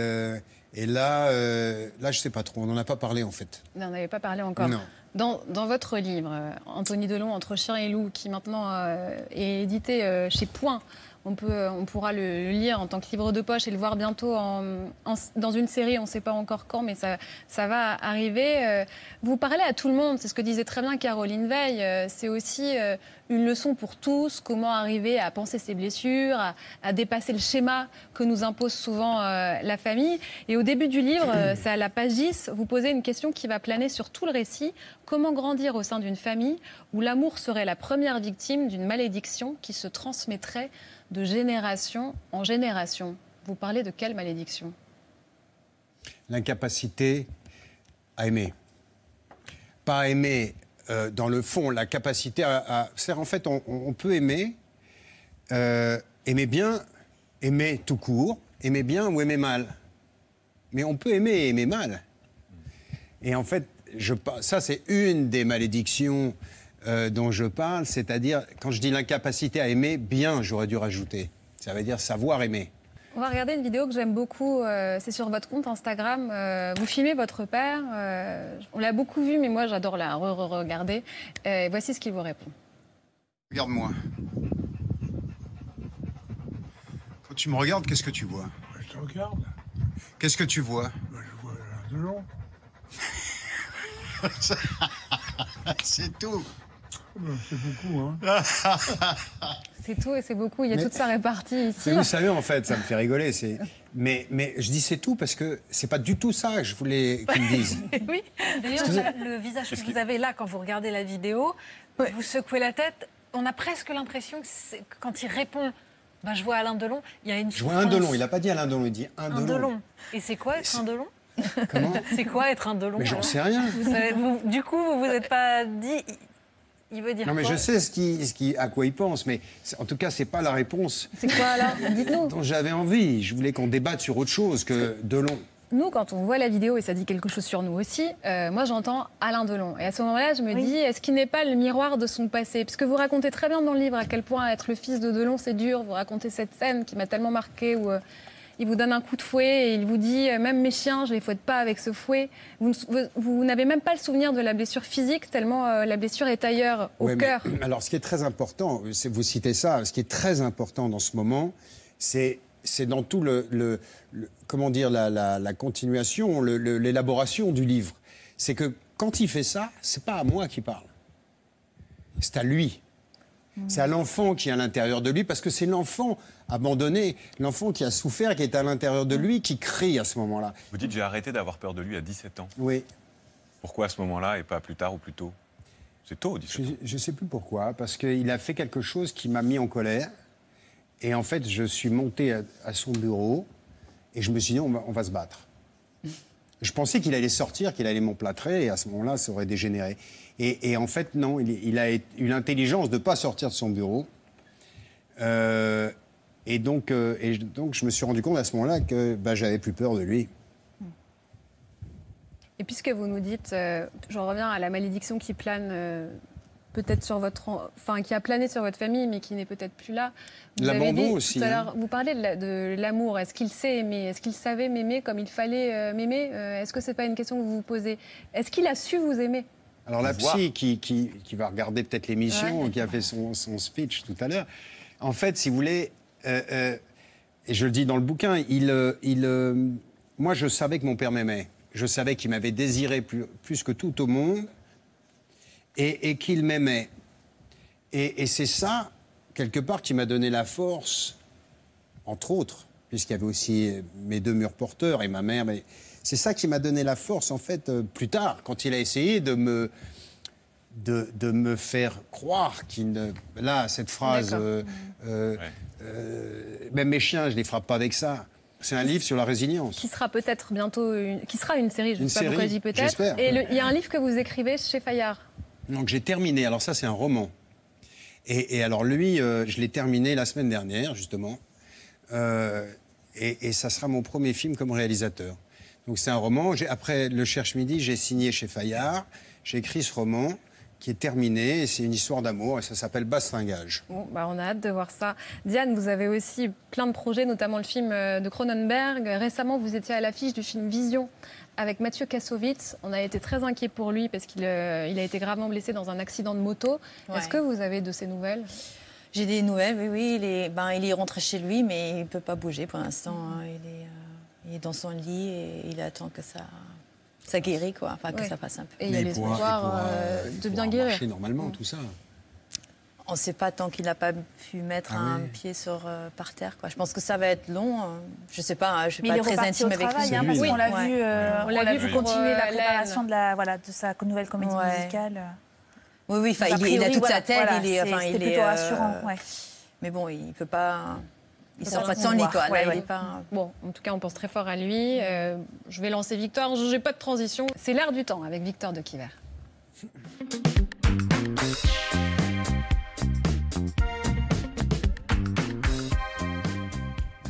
là, je ne sais pas trop, on n'en a pas parlé, en fait.
Vous n'en avez pas parlé encore.
Non.
Dans votre livre, Anthony Delon, Entre chien et loup, qui maintenant est édité chez Point, on pourra le lire en tant que livre de poche et le voir bientôt dans une série, on ne sait pas encore quand, mais ça va arriver. Vous parlez à tout le monde, c'est ce que disait très bien Caroline Veil. C'est aussi une leçon pour tous, comment arriver à penser ses blessures, à dépasser le schéma que nous impose souvent la famille. Et au début du livre, c'est à la page 10, vous posez une question qui va planer sur tout le récit. Comment grandir au sein d'une famille où l'amour serait la première victime d'une malédiction qui se transmettrait de génération en génération? Vous parlez de quelle malédiction?
L'incapacité à aimer. Pas aimer dans le fond, la capacité à... En fait, on peut aimer, aimer bien, aimer tout court, aimer bien ou aimer mal. Mais on peut aimer et aimer mal. Et en fait, ça c'est une des malédictions dont je parle, c'est-à-dire, quand je dis l'incapacité à aimer, bien, j'aurais dû rajouter. Ça veut dire savoir aimer.
On va regarder une vidéo que j'aime beaucoup, c'est sur votre compte Instagram. Vous filmez votre père, on l'a beaucoup vu, mais moi j'adore la regarder. Voici ce qu'il vous répond.
Regarde-moi. Quand tu me regardes, qu'est-ce que tu vois?
Je te regarde.
Qu'est-ce que tu vois?
Je vois de long.
C'est tout.
C'est beaucoup, hein.
C'est tout et c'est beaucoup. Il y a toute sa répartie ici.
Vous savez, en fait, ça me fait rigoler. Mais je dis c'est tout parce que c'est pas du tout ça que je voulais qu'ils me disent.
Oui. D'ailleurs, le visage que vous avez là, quand vous regardez la vidéo, vous secouez la tête. On a presque l'impression que quand il répond, je vois Alain Delon, il y a une
Je vois un Delon. Il n'a pas dit Alain Delon, il dit un Delon.
Et c'est quoi être un Delon?
Comment?
C'est quoi être un Delon?
Mais j'en sais rien.
Du coup, vous vous êtes pas dit... Il veut dire
non, mais
quoi?
je sais à quoi il pense, mais en tout cas, c'est pas la réponse.
C'est quoi alors? Dites-nous.
Dont j'avais envie. Je voulais qu'on débatte sur autre chose que Delon.
Nous, quand on voit la vidéo, et ça dit quelque chose sur nous aussi, moi j'entends Alain Delon. Et à ce moment-là, je me dis, est-ce qu'il n'est pas le miroir de son passé? Puisque vous racontez très bien dans le livre à quel point être le fils de Delon, c'est dur. Vous racontez cette scène qui m'a tellement marquée où il vous donne un coup de fouet et il vous dit, même mes chiens, je ne les fouette pas avec ce fouet. Vous n'avez même pas le souvenir de la blessure physique, tellement la blessure est ailleurs, au cœur.
Alors, ce qui est très important, vous citez ça, ce qui est très important dans ce moment, c'est dans tout comment dire, la continuation, l'élaboration du livre. C'est que quand il fait ça, c'est pas à moi qu'il parle. C'est à lui. C'est à l'enfant qui est à l'intérieur de lui, parce que c'est l'enfant abandonné, l'enfant qui a souffert, qui est à l'intérieur de lui, qui crie à ce moment-là.
Vous dites, j'ai arrêté d'avoir peur de lui à 17 ans.
Oui.
Pourquoi à ce moment-là et pas plus tard ou plus tôt? C'est tôt, 17 ans.
Je ne sais plus pourquoi, parce qu'il a fait quelque chose qui m'a mis en colère. Et en fait, je suis monté à son bureau et je me suis dit, on va se battre. Je pensais qu'il allait sortir, qu'il allait m'emplâtrer, et à ce moment-là, ça aurait dégénéré. Et en fait, non, il a eu l'intelligence de ne pas sortir de son bureau. Et donc, je me suis rendu compte à ce moment-là que j'avais plus peur de lui.
Et puisque vous nous dites, j'en reviens à la malédiction qui plane peut-être sur qui a plané sur votre famille, mais qui n'est peut-être plus là.
L'abandon aussi.
Tout à l'heure, vous parlez de l'amour. Est-ce qu'il sait aimer? Est-ce qu'il savait m'aimer comme il fallait m'aimer? Est-ce que c'est pas une question que vous vous posez? Est-ce qu'il a su vous aimer?
Alors la psy qui va regarder peut-être l'émission, qui a fait son speech tout à l'heure, en fait, si vous voulez, et je le dis dans le bouquin, moi je savais que mon père m'aimait. Je savais qu'il m'avait désiré plus que tout au monde. Et qu'il m'aimait. Et c'est ça, quelque part, qui m'a donné la force, entre autres, puisqu'il y avait aussi mes deux murs porteurs et ma mère. Mais c'est ça qui m'a donné la force, en fait, plus tard, quand il a essayé de me faire croire qu'il ne... Là, cette phrase, même mes chiens, je ne les frappe pas avec ça. C'est un livre sur la résilience.
Qui sera peut-être bientôt qui sera une série, je ne sais pas pourquoi je dis peut-être.
J'espère.
Et il y a un livre que vous écrivez chez Fayard.
Donc j'ai terminé, alors ça c'est un roman. Et alors lui, je l'ai terminé la semaine dernière, justement. Et ça sera mon premier film comme réalisateur. Donc c'est un roman. Après Le Cherche-Midi, j'ai signé chez Fayard. J'ai écrit ce roman qui est terminé. Et c'est une histoire d'amour et ça s'appelle Bastringage.
Bon, on a hâte de voir ça. Diane, vous avez aussi plein de projets, notamment le film de Cronenberg. Récemment, vous étiez à l'affiche du film Vision avec Mathieu Kassovitz. On a été très inquiets pour lui parce qu'il a été gravement blessé dans un accident de moto. Ouais. Est-ce que vous avez de ces nouvelles?
J'ai des nouvelles, oui. Il est rentré chez lui, mais il ne peut pas bouger pour l'instant. Il est dans son lit et il attend que ça guérit, quoi. Enfin, que ça passe un peu.
Et il y a l'espoir de bien guérir.
Marcher normalement, tout ça.
On ne sait pas tant qu'il n'a pas pu mettre un pied par terre, quoi. Je pense que ça va être long. Je ne sais pas, je ne suis pas très intime avec lui.
Parce qu'on l'a vu continuer la préparation de sa nouvelle comédie musicale.
Oui, il a toute sa tête.
C'est plutôt rassurant.
Mais bon, il ne peut pas... Il ne sort pas de son lit, quoi.
Bon, en tout cas, on pense très fort à lui. Je vais lancer Victor. Je n'ai pas de transition. C'est l'air du temps avec Victor de Quiver. On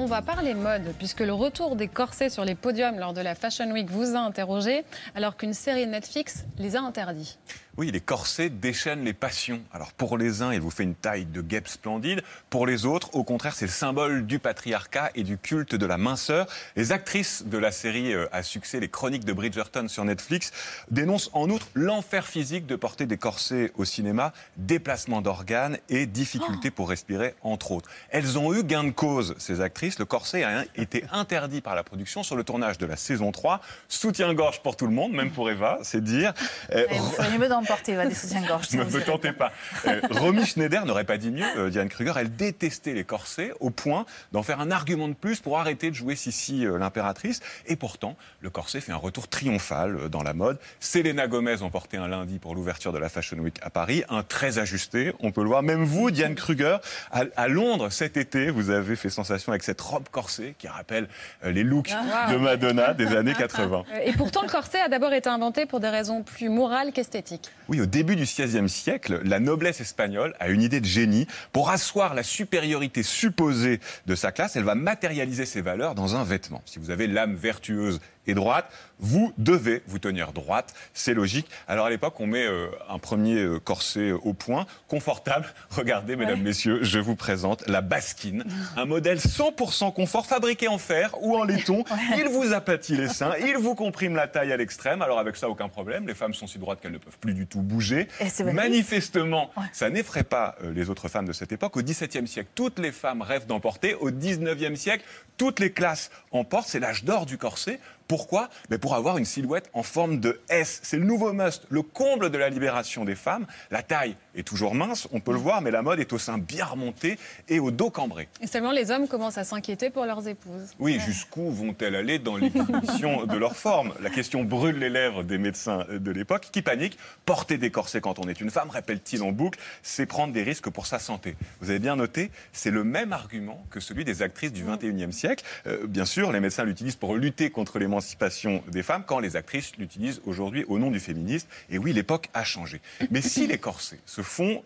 on va parler mode, puisque le retour des corsets sur les podiums lors de la Fashion Week vous a interrogé, alors qu'une série Netflix les a interdits.
Oui, les corsets déchaînent les passions. Alors pour les uns, il vous fait une taille de guêpe splendide. Pour les autres, au contraire, c'est le symbole du patriarcat et du culte de la minceur. Les actrices de la série à succès, les Chroniques de Bridgerton sur Netflix, dénoncent en outre l'enfer physique de porter des corsets au cinéma, déplacement d'organes et difficultés pour respirer, entre autres. Elles ont eu gain de cause, ces actrices. Le corset a été interdit par la production sur le tournage de la saison 3. Soutien-gorge pour tout le monde, même pour Eva, c'est dire.
Vous feriez mieux d'emporter des soutiens-gorge.
Ne me tentez pas. Romy Schneider n'aurait pas dit mieux, Diane Kruger. Elle détestait les corsets au point d'en faire un argument de plus pour arrêter de jouer Sissi l'impératrice. Et pourtant, le corset fait un retour triomphal dans la mode. Selena Gomez en portait un lundi pour l'ouverture de la Fashion Week à Paris. Un très ajusté, on peut le voir. Même vous, Diane Kruger, à Londres cet été, vous avez fait sensation avec cette robe corset qui rappelle les looks de Madonna des années 80.
Et pourtant, le corset a d'abord été inventé pour des raisons plus morales qu'esthétiques.
Oui, au début du XVIe siècle, la noblesse espagnole a une idée de génie. Pour asseoir la supériorité supposée de sa classe, elle va matérialiser ses valeurs dans un vêtement. Si vous avez l'âme vertueuse et droite, vous devez vous tenir droite, c'est logique. Alors à l'époque, on met un premier corset au point, confortable. Regardez, mesdames, messieurs, je vous présente la Baskin, un modèle 100% confort, fabriqué en fer ou en laiton. Il vous aplatit les seins, il vous comprime la taille à l'extrême. Alors avec ça, aucun problème. Les femmes sont si droites qu'elles ne peuvent plus du tout bouger. Manifestement, ça n'effraie pas les autres femmes de cette époque. Au XVIIe siècle, toutes les femmes rêvent d'en porter. Au XIXe siècle, toutes les classes en portent. C'est l'âge d'or du corset. Pourquoi ? Mais pour avoir une silhouette en forme de S. C'est le nouveau must, le comble de la libération des femmes. La taille est toujours mince, on peut le voir, mais la mode est au sein bien remonté et au dos cambré.
Et seulement les hommes commencent à s'inquiéter pour leurs épouses.
Oui, jusqu'où vont-elles aller dans l'évolution de leur forme ? La question brûle les lèvres des médecins de l'époque qui paniquent. Porter des corsets quand on est une femme, rappelle-t-il en boucle, c'est prendre des risques pour sa santé. Vous avez bien noté, c'est le même argument que celui des actrices du XXIe siècle. Bien sûr, les médecins l'utilisent pour lutter contre l'émancipation des femmes, quand les actrices l'utilisent aujourd'hui au nom du féminisme. Et oui, l'époque a changé. Mais si les corsets se font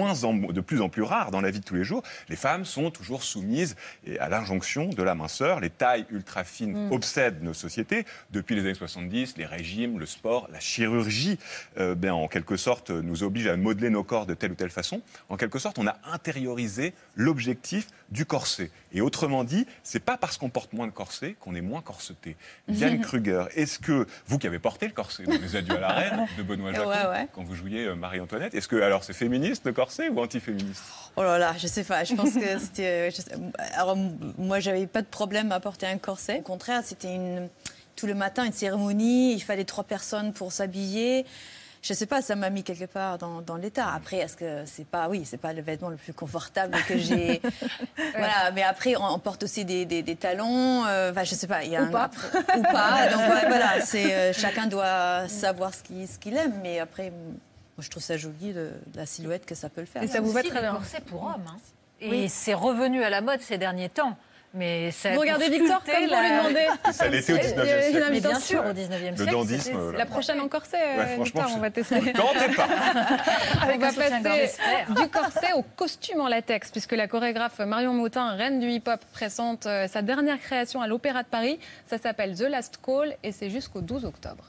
de plus en plus rares dans la vie de tous les jours, les femmes sont toujours soumises à l'injonction de la minceur. Les tailles ultra fines obsèdent nos sociétés. Depuis les années 70, les régimes, le sport, la chirurgie, en quelque sorte, nous obligent à modeler nos corps de telle ou telle façon. En quelque sorte, on a intériorisé l'objectif du corset. Et autrement dit, c'est pas parce qu'on porte moins de corset qu'on est moins corseté. Diane Kruger, est-ce que, vous qui avez porté le corset dans Les Adieux à la Reine de Benoît Jacquot, quand vous jouiez Marie-Antoinette, est-ce que, alors, c'est féministe le corset ou antiféministe ?
Oh là là, je sais pas, je pense que c'était... Alors, moi, j'avais pas de problème à porter un corset. Au contraire, c'était tout le matin une cérémonie, il fallait 3 personnes pour s'habiller. Je sais pas, ça m'a mis quelque part dans l'état. Après, est-ce que c'est pas le vêtement le plus confortable que j'ai. Voilà, mais après, on porte aussi des talons. Enfin, je sais pas, il y a ou pas. Donc voilà, chacun doit savoir ce qu'il aime. Mais après, moi, je trouve ça joli la silhouette que ça peut le faire.
Et ça vous va très bien. C'est pour hommes. Hein. Et c'est revenu à la mode ces derniers temps. Mais ça
vous regardez Victor comme pour lui demander.
Ça l'était au 19e siècle.
Mais bien sûr, au 19e siècle.
Le dandisme.
La prochaine en corset, Victor, on va tester.
Ne tentez pas.
On va passer du corset au costume en latex, puisque la chorégraphe Marion Motin, reine du hip-hop, présente sa dernière création à l'Opéra de Paris. Ça s'appelle The Last Call et c'est jusqu'au 12 octobre.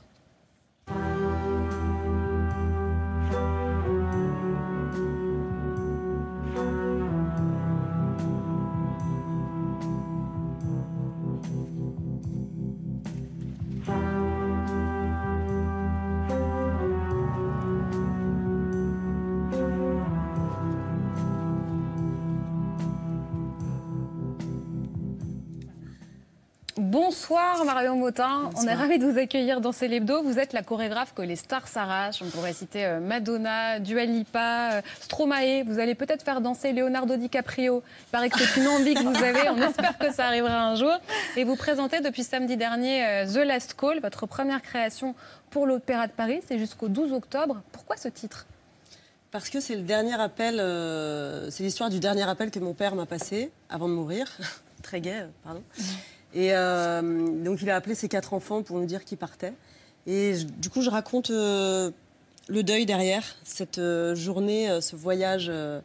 Bonsoir Marion Motin, on est ravis de vous accueillir dans C'est l'Hebdo. Vous êtes la chorégraphe que les stars s'arrachent. On pourrait citer Madonna, Dua Lipa, Stromae. Vous allez peut-être faire danser Leonardo DiCaprio. Il paraît que c'est une envie que vous avez. On espère que ça arrivera un jour. Et vous présentez depuis samedi dernier The Last Call, votre première création pour l'Opéra de Paris. C'est jusqu'au 12 octobre. Pourquoi ce titre ?
Parce que c'est le dernier appel, c'est l'histoire du dernier appel que mon père m'a passé avant de mourir. Très gai, pardon. Et donc, il a appelé ses 4 enfants pour nous dire qu'il partait. Et du coup, je raconte le deuil derrière, cette journée, ce voyage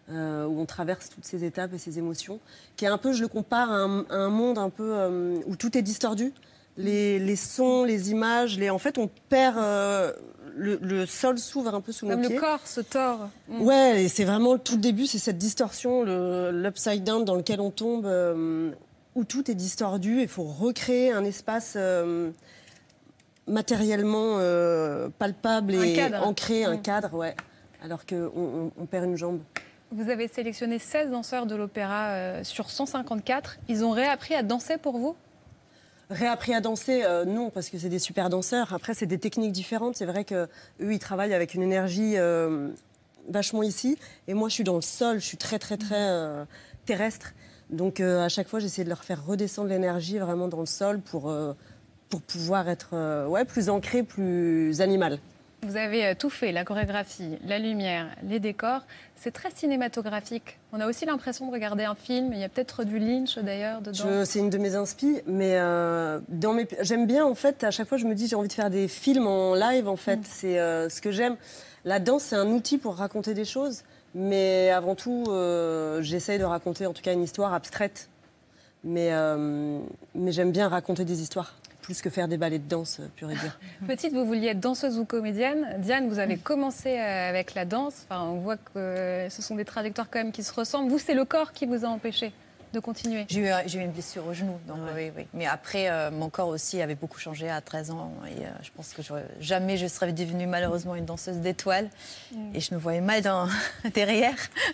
où on traverse toutes ces étapes et ces émotions, qui est un peu, je le compare à un monde un peu où tout est distordu. Les sons, les images, en fait, on perd... le sol s'ouvre un peu sous nos pieds.
Comme le corps se tord.
Ouais, et c'est vraiment tout le début, c'est cette distorsion, l'upside down dans lequel on tombe, où tout est distordu. Il faut recréer un espace matériellement palpable et ancré, un cadre, ouais, alors qu'on perd une jambe.
Vous avez sélectionné 16 danseurs de l'opéra sur 154. Ils ont réappris à danser pour vous ?
Réappris à danser, non, parce que c'est des super danseurs. Après, c'est des techniques différentes. C'est vrai qu'eux, ils travaillent avec une énergie vachement ici. Et moi, je suis dans le sol, je suis très, très, très terrestre. Donc, à chaque fois, j'essaie de leur faire redescendre l'énergie vraiment dans le sol pour pouvoir être plus ancré, plus animal.
Vous avez tout fait, la chorégraphie, la lumière, les décors. C'est très cinématographique. On a aussi l'impression de regarder un film. Il y a peut-être du Lynch, d'ailleurs, dedans.
C'est une de mes inspi, mais j'aime bien, en fait, à chaque fois, je me dis, j'ai envie de faire des films en live, en fait. C'est ce que j'aime. La danse, c'est un outil pour raconter des choses, mais avant tout, j'essaye de raconter, en tout cas, une histoire abstraite. Mais j'aime bien raconter des histoires. Plus que faire des ballets de danse, pur et dur.
Petite, vous vouliez être danseuse ou comédienne. Diane, vous avez commencé avec la danse. Enfin, on voit que ce sont des trajectoires quand même qui se ressemblent. Vous, c'est le corps qui vous a empêché de continuer.
J'ai eu une blessure au genou, donc oui. Mais après, mon corps aussi avait beaucoup changé à 13 ans. Et je pense que jamais je serais devenue malheureusement une danseuse d'étoiles. Et je me voyais mal derrière.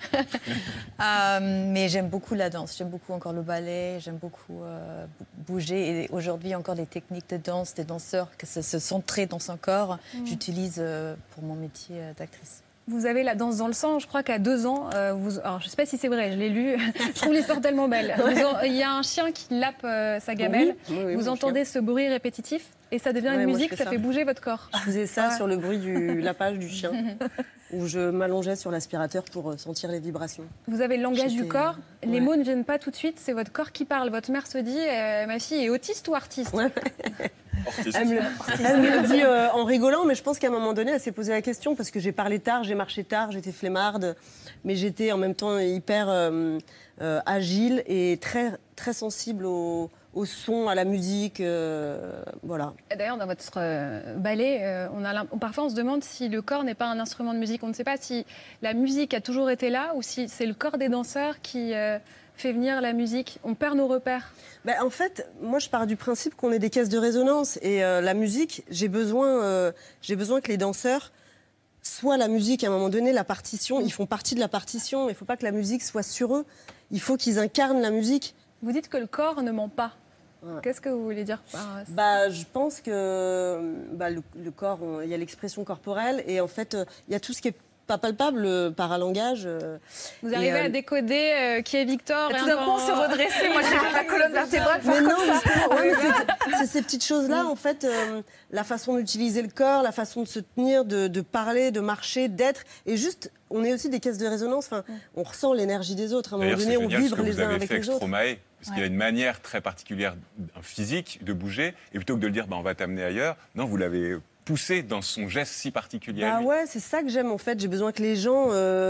Mais j'aime beaucoup la danse, j'aime beaucoup encore le ballet, j'aime beaucoup bouger. Et aujourd'hui, encore des techniques de danse, des danseurs qui se centrer dans son corps, j'utilise pour mon métier d'actrice.
Vous avez la danse dans le sang. Je crois qu'à 2 ans, alors je ne sais pas si c'est vrai, je l'ai lu, je trouve l'histoire tellement belle. Il y a un chien qui lappe sa gamelle. Oui, vous entendez ce bruit répétitif et ça devient une musique, ça fait bouger votre corps.
Je faisais ça sur le bruit du lapage du chien, où je m'allongeais sur l'aspirateur pour sentir les vibrations.
Vous avez le langage du corps. Les mots ne viennent pas tout de suite, c'est votre corps qui parle. Votre mère se dit, ma fille est autiste ou artiste ?
Elle me le dit en rigolant, mais je pense qu'à un moment donné, elle s'est posé la question parce que j'ai parlé tard, j'ai marché tard, j'étais flemmarde, mais j'étais en même temps hyper agile et très, très sensible au son, à la musique, voilà.
D'ailleurs, dans votre ballet, parfois on se demande si le corps n'est pas un instrument de musique. On ne sait pas si la musique a toujours été là ou si c'est le corps des danseurs qui fait venir la musique. On perd nos repères.
En fait, moi, je pars du principe qu'on est des caisses de résonance. Et la musique, j'ai besoin que les danseurs soient la musique. À un moment donné, la partition, ils font partie de la partition. Il ne faut pas que la musique soit sur eux. Il faut qu'ils incarnent la musique.
Vous dites que le corps ne ment pas. Ouais. Qu'est-ce que vous voulez dire par ça ?
Je pense que le corps, il y a l'expression corporelle. Et en fait, il y a tout ce qui est pas palpable, le paralangage.
Vous arrivez à décoder qui est Victor
et tout d'un coup, on s'est redressé. Moi, j'ai la colonne vertébrale faire comme ça.
C'est ces petites choses-là, en fait, la façon d'utiliser le corps, la façon de se tenir, de parler, de marcher, d'être. Et juste, on est aussi des caisses de résonance. Enfin, on ressent l'énergie des autres. À un moment donné, on vibre les uns avec les autres.
Stromae, parce qu'il y a une manière très particulière physique de bouger. Et plutôt que de le dire, on va t'amener ailleurs, non, vous l'avez poussé dans son geste si particulier.
Ouais, c'est ça que j'aime en fait. J'ai besoin que les gens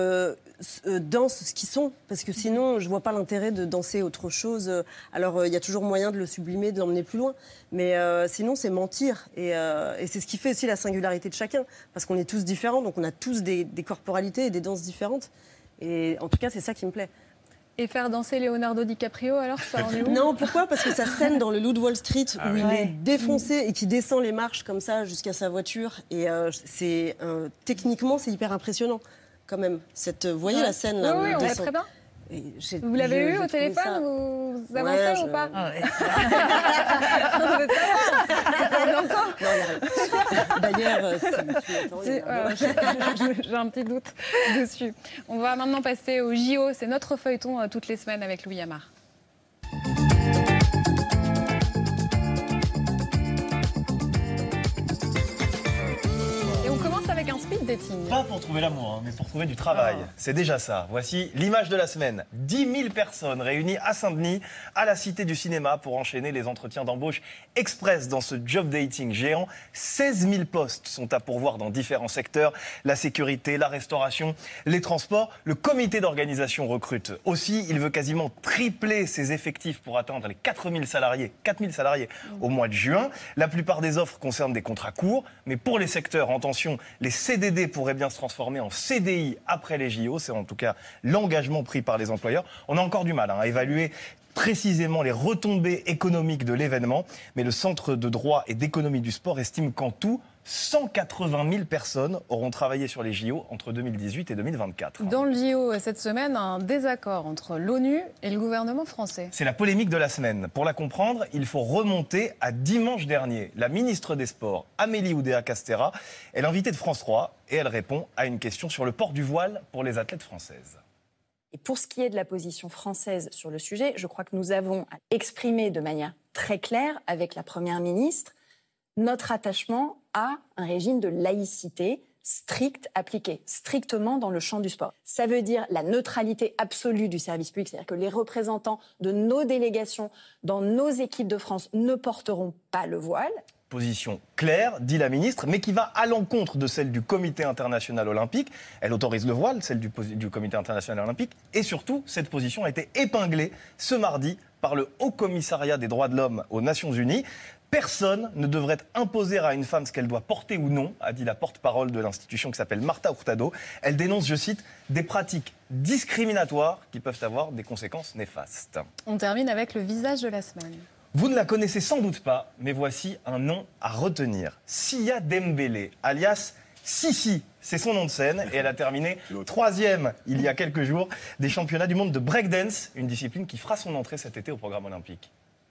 dansent ce qu'ils sont, parce que sinon je vois pas l'intérêt de danser autre chose. Alors il y a toujours moyen de le sublimer, de l'emmener plus loin, mais sinon c'est mentir. Et c'est ce qui fait aussi la singularité de chacun, parce qu'on est tous différents, donc on a tous des corporalités et des danses différentes. Et en tout cas, c'est ça qui me plaît.
Et faire danser Leonardo DiCaprio, alors, ça en est où ?
Non, pourquoi ? Parce que sa scène dans le Loup de Wall Street, où il est défoncé et qui descend les marches comme ça jusqu'à sa voiture, et techniquement, c'est hyper impressionnant, quand même. Vous voyez la scène là ?
Oui, on voit très bien. Vous l'avez eu au téléphone, vous avancez ou pas ?
D'ailleurs,
j'ai un petit doute dessus. On va maintenant passer au JO. C'est notre feuilleton toutes les semaines avec Louis Amar. Et on commence avec un speed job dating.
Pas pour trouver l'amour, mais pour trouver du travail. C'est déjà ça. Voici l'image de la semaine. 10 000 personnes réunies à Saint-Denis, à la Cité du Cinéma, pour enchaîner les entretiens d'embauche express dans ce job dating géant. 16 000 postes sont à pourvoir dans différents secteurs. La sécurité, la restauration, les transports. Le comité d'organisation recrute aussi. Il veut quasiment tripler ses effectifs pour atteindre les 4 000 salariés au mois de juin. La plupart des offres concernent des contrats courts, mais pour les secteurs en tension, les CDD pourraient bien se transformer en CDI après les JO. C'est en tout cas l'engagement pris par les employeurs. On a encore du mal à évaluer précisément les retombées économiques de l'événement, mais le Centre de droit et d'économie du sport estime qu'en tout, 180 000 personnes auront travaillé sur les JO entre 2018 et 2024.
Dans le JO, cette semaine, un désaccord entre l'ONU et le gouvernement français.
C'est la polémique de la semaine. Pour la comprendre, il faut remonter à dimanche dernier. La ministre des Sports, Amélie Oudéa-Castéra, est l'invitée de France 3 et elle répond à une question sur le port du voile pour les athlètes françaises.
Et pour ce qui est de la position française sur le sujet, je crois que nous avons exprimé de manière très claire avec la Première ministre notre attachement à un régime de laïcité strict, appliqué strictement dans le champ du sport. Ça veut dire la neutralité absolue du service public, c'est-à-dire que les représentants de nos délégations dans nos équipes de France ne porteront pas le voile.
Position claire, dit la ministre, mais qui va à l'encontre de celle du Comité international olympique. Elle autorise le voile, celle du Comité international olympique. Et surtout, cette position a été épinglée ce mardi par le Haut Commissariat des droits de l'homme aux Nations Unies. Personne ne devrait imposer à une femme ce qu'elle doit porter ou non, a dit la porte-parole de l'institution qui s'appelle Marta Hurtado. Elle dénonce, je cite, des pratiques discriminatoires qui peuvent avoir des conséquences néfastes.
On termine avec le visage de la semaine.
Vous ne la connaissez sans doute pas, mais voici un nom à retenir. Sia Dembélé, alias Sissi, c'est son nom de scène, et elle a terminé 3e il y a quelques jours des championnats du monde de breakdance, une discipline qui fera son entrée cet été au programme olympique.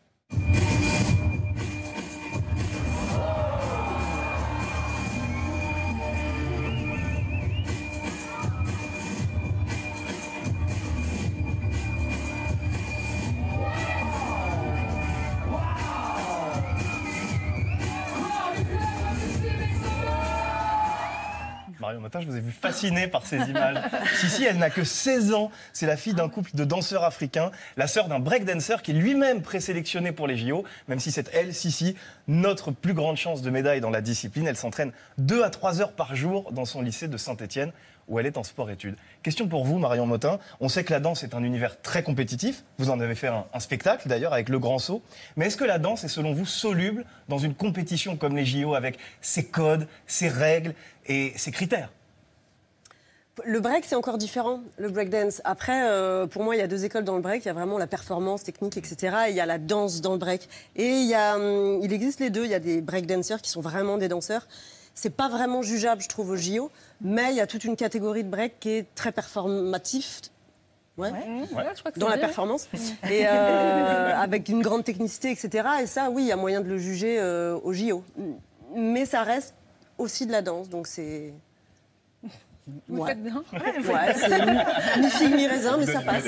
Marion Motin, je vous ai vu fasciné par ces images. Sissi, elle n'a que 16 ans. C'est la fille d'un couple de danseurs africains, la sœur d'un breakdancer qui est lui-même présélectionné pour les JO, même si c'est elle, Sissi, notre plus grande chance de médaille dans la discipline. Elle s'entraîne 2 à 3 heures par jour dans son lycée de Saint-Étienne, où elle est en sport-études. Question pour vous, Marion Motin. On sait que la danse est un univers très compétitif. Vous en avez fait un spectacle, d'ailleurs, avec Le Grand Saut. Mais est-ce que la danse est, selon vous, soluble dans une compétition comme les JO, avec ses codes, ses règles et ses critères?
Le break, c'est encore différent, le breakdance. Après, pour moi, il y a 2 écoles dans le break. Il y a vraiment la performance technique, etc. Et il y a la danse dans le break. Et il existe les deux. Il y a des breakdancers qui sont vraiment des danseurs. C'est pas vraiment jugeable, je trouve, au JO. Mais il y a toute une catégorie de break qui est très performatif. Ouais.
Je crois que
dans la performance. Et avec une grande technicité, etc. Et ça, oui, il y a moyen de le juger au JO. Mais ça reste aussi de la danse. Donc c'est...
Vous faites bien.
Ouais, c'est ni figue ni raisin, mais ça passe.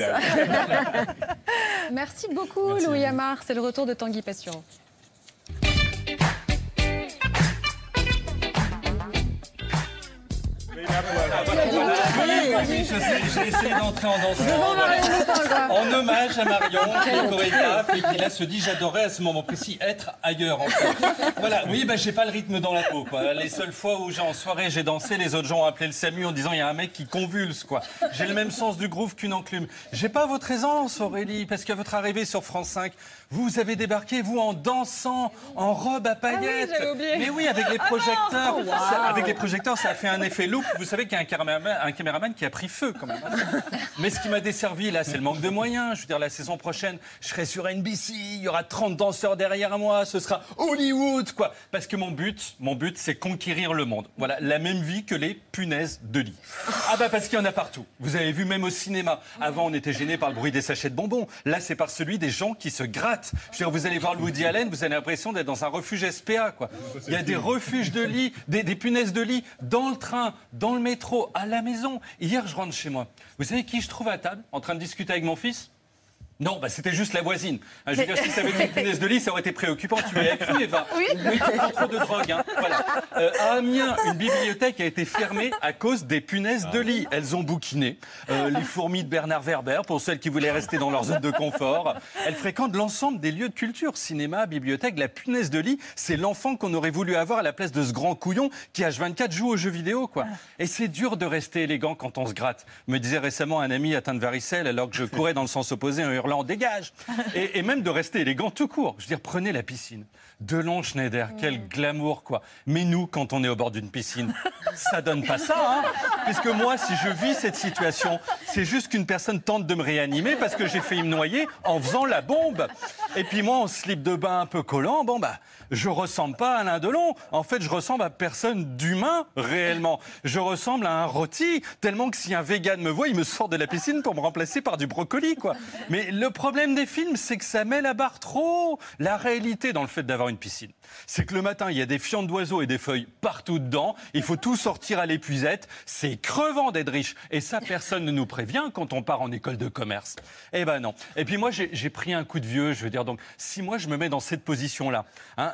Merci beaucoup, Louis Amar. C'est le retour de Tanguy Pastureau.
J'ai essayé d'entrer en dansant en hommage à Marion, qui est chorégraphe et qui là se dit j'adorais à ce moment précis être ailleurs en fait. Voilà, oui, j'ai pas le rythme dans la peau quoi. Les seules fois où en soirée j'ai dansé, les autres gens ont appelé le SAMU en disant il y a un mec qui convulse quoi. J'ai le même sens du groove qu'une enclume. J'ai pas votre aisance Aurélie, parce qu'à votre arrivée sur France 5, vous avez débarqué vous en dansant, en robe à paillettes.
Ah oui, j'avais oublié.
Mais oui, avec les projecteurs, avec les projecteurs ça a fait un effet loupe. Vous savez qu'il y a un caméraman qui a pris feu quand même. Mais ce qui m'a desservi là, c'est le manque de moyens. Je veux dire, la saison prochaine, je serai sur NBC, il y aura 30 danseurs derrière moi, ce sera Hollywood, quoi. Parce que mon but, c'est conquérir le monde. Voilà, la même vie que les punaises de lit. Ah parce qu'il y en a partout. Vous avez vu même au cinéma. Avant, on était gêné par le bruit des sachets de bonbons. Là, c'est par celui des gens qui se grattent. Je veux dire, vous allez voir le Woody Allen, vous avez l'impression d'être dans un refuge SPA, quoi. Il y a des refuges de lit, des punaises de lit dans le train, dans le métro, à la maison. Hier, je rentre chez moi. Vous savez qui je trouve à table, en train de discuter avec mon fils ? Non, c'était juste la voisine. Je veux dire, si ça avait été une punaise de lit, ça aurait été préoccupant. Tu y as cru, Eva. Oui, tu prends trop de drogue. Hein. Voilà. À Amiens, une bibliothèque a été fermée à cause des punaises de lit. Elles ont bouquiné. Les fourmis de Bernard Werber, pour celles qui voulaient rester dans leur zone de confort. Elles fréquentent l'ensemble des lieux de culture, cinéma, bibliothèque. La punaise de lit, c'est l'enfant qu'on aurait voulu avoir à la place de ce grand couillon qui, H24, joue aux jeux vidéo, quoi. Et c'est dur de rester élégant quand on se gratte. Me disait récemment un ami atteint de varicelle alors que je courais dans le sens opposé en hurlant « dégage !» et même de rester élégant tout court. Je veux dire, prenez la piscine. Delon Schneider, quel glamour, quoi. Mais nous, quand on est au bord d'une piscine, ça donne pas ça, hein. Puisque moi, si je vis cette situation, c'est juste qu'une personne tente de me réanimer parce que j'ai failli me noyer en faisant la bombe. Et puis moi, en slip de bain un peu collant, je ressemble pas à Alain Delon. En fait, je ressemble à personne d'humain, réellement. Je ressemble à un rôti, tellement que si un vegan me voit, il me sort de la piscine pour me remplacer par du brocoli, quoi. Mais le problème des films, c'est que ça met la barre trop haut. La réalité dans le fait d'avoir une piscine, c'est que le matin, il y a des fientes d'oiseaux et des feuilles partout dedans. Il faut tout sortir à l'épuisette. C'est crevant d'être riche. Et ça, personne ne nous prévient quand on part en école de commerce. Eh ben non. Et puis moi, j'ai pris un coup de vieux. Je veux dire, donc, si moi, je me mets dans cette position-là,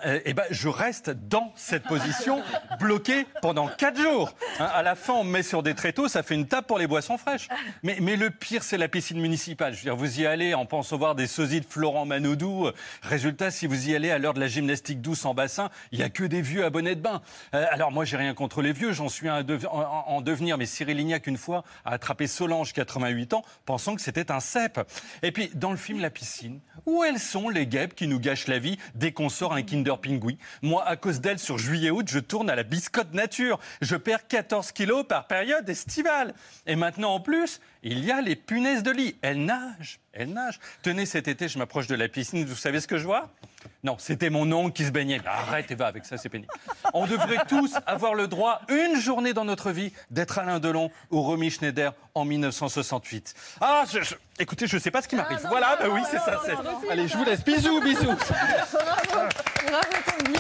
je reste dans cette position, bloqué pendant 4 jours. À la fin, on me met sur des tréteaux. Ça fait une table pour les boissons fraîches. Mais le pire, c'est la piscine municipale. Je veux dire, vous y allez en pensant voir des sosies de Florent Manodou. Résultat, si vous y allez à l'heure de la gymnastique douce en bassin, il n'y a que des vieux à bonnet de bain. Alors moi, j'ai rien contre les vieux, j'en suis un en devenir. Mais Cyril Lignac, une fois, a attrapé Solange, 88 ans, pensant que c'était un cep. Et puis, dans le film La piscine, où elles sont les guêpes qui nous gâchent la vie dès qu'on sort un Kinder Pingui? Moi, à cause d'elles, sur juillet-août, je tourne à la biscotte nature. Je perds 14 kilos par période estivale. Et maintenant, en plus, il y a les punaises de lit. Elles nagent. Tenez, cet été, je m'approche de la piscine. Vous savez ce que je vois? Non, c'était mon oncle qui se baignait. Arrête, Eva, avec ça, c'est pénible. On devrait tous avoir le droit, une journée dans notre vie, d'être Alain Delon ou Romy Schneider en 1968. Écoutez, je ne sais pas ce qui m'arrive. Voilà, oui, c'est ça. Allez, je vous laisse. Bisous.
Bravo, Tanguy.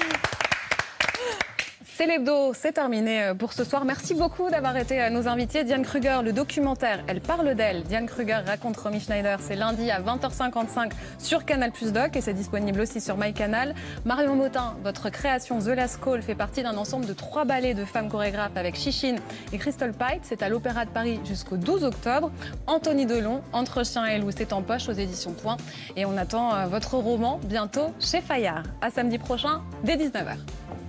C'est l'hebdo, c'est terminé pour ce soir. Merci beaucoup d'avoir été nos invités. Diane Kruger, le documentaire Elle parle d'elle. Diane Kruger raconte Romy Schneider. C'est lundi à 20h55 sur Canal+ Doc et c'est disponible aussi sur MyCanal. Marion Motin, votre création The Last Call fait partie d'un ensemble de 3 ballets de femmes chorégraphes avec Chichine et Crystal Pite. C'est à l'Opéra de Paris jusqu'au 12 octobre. Anthony Delon, Entre chien et loup, c'est en poche aux éditions Point. Et on attend votre roman bientôt chez Fayard. À samedi prochain, dès 19h.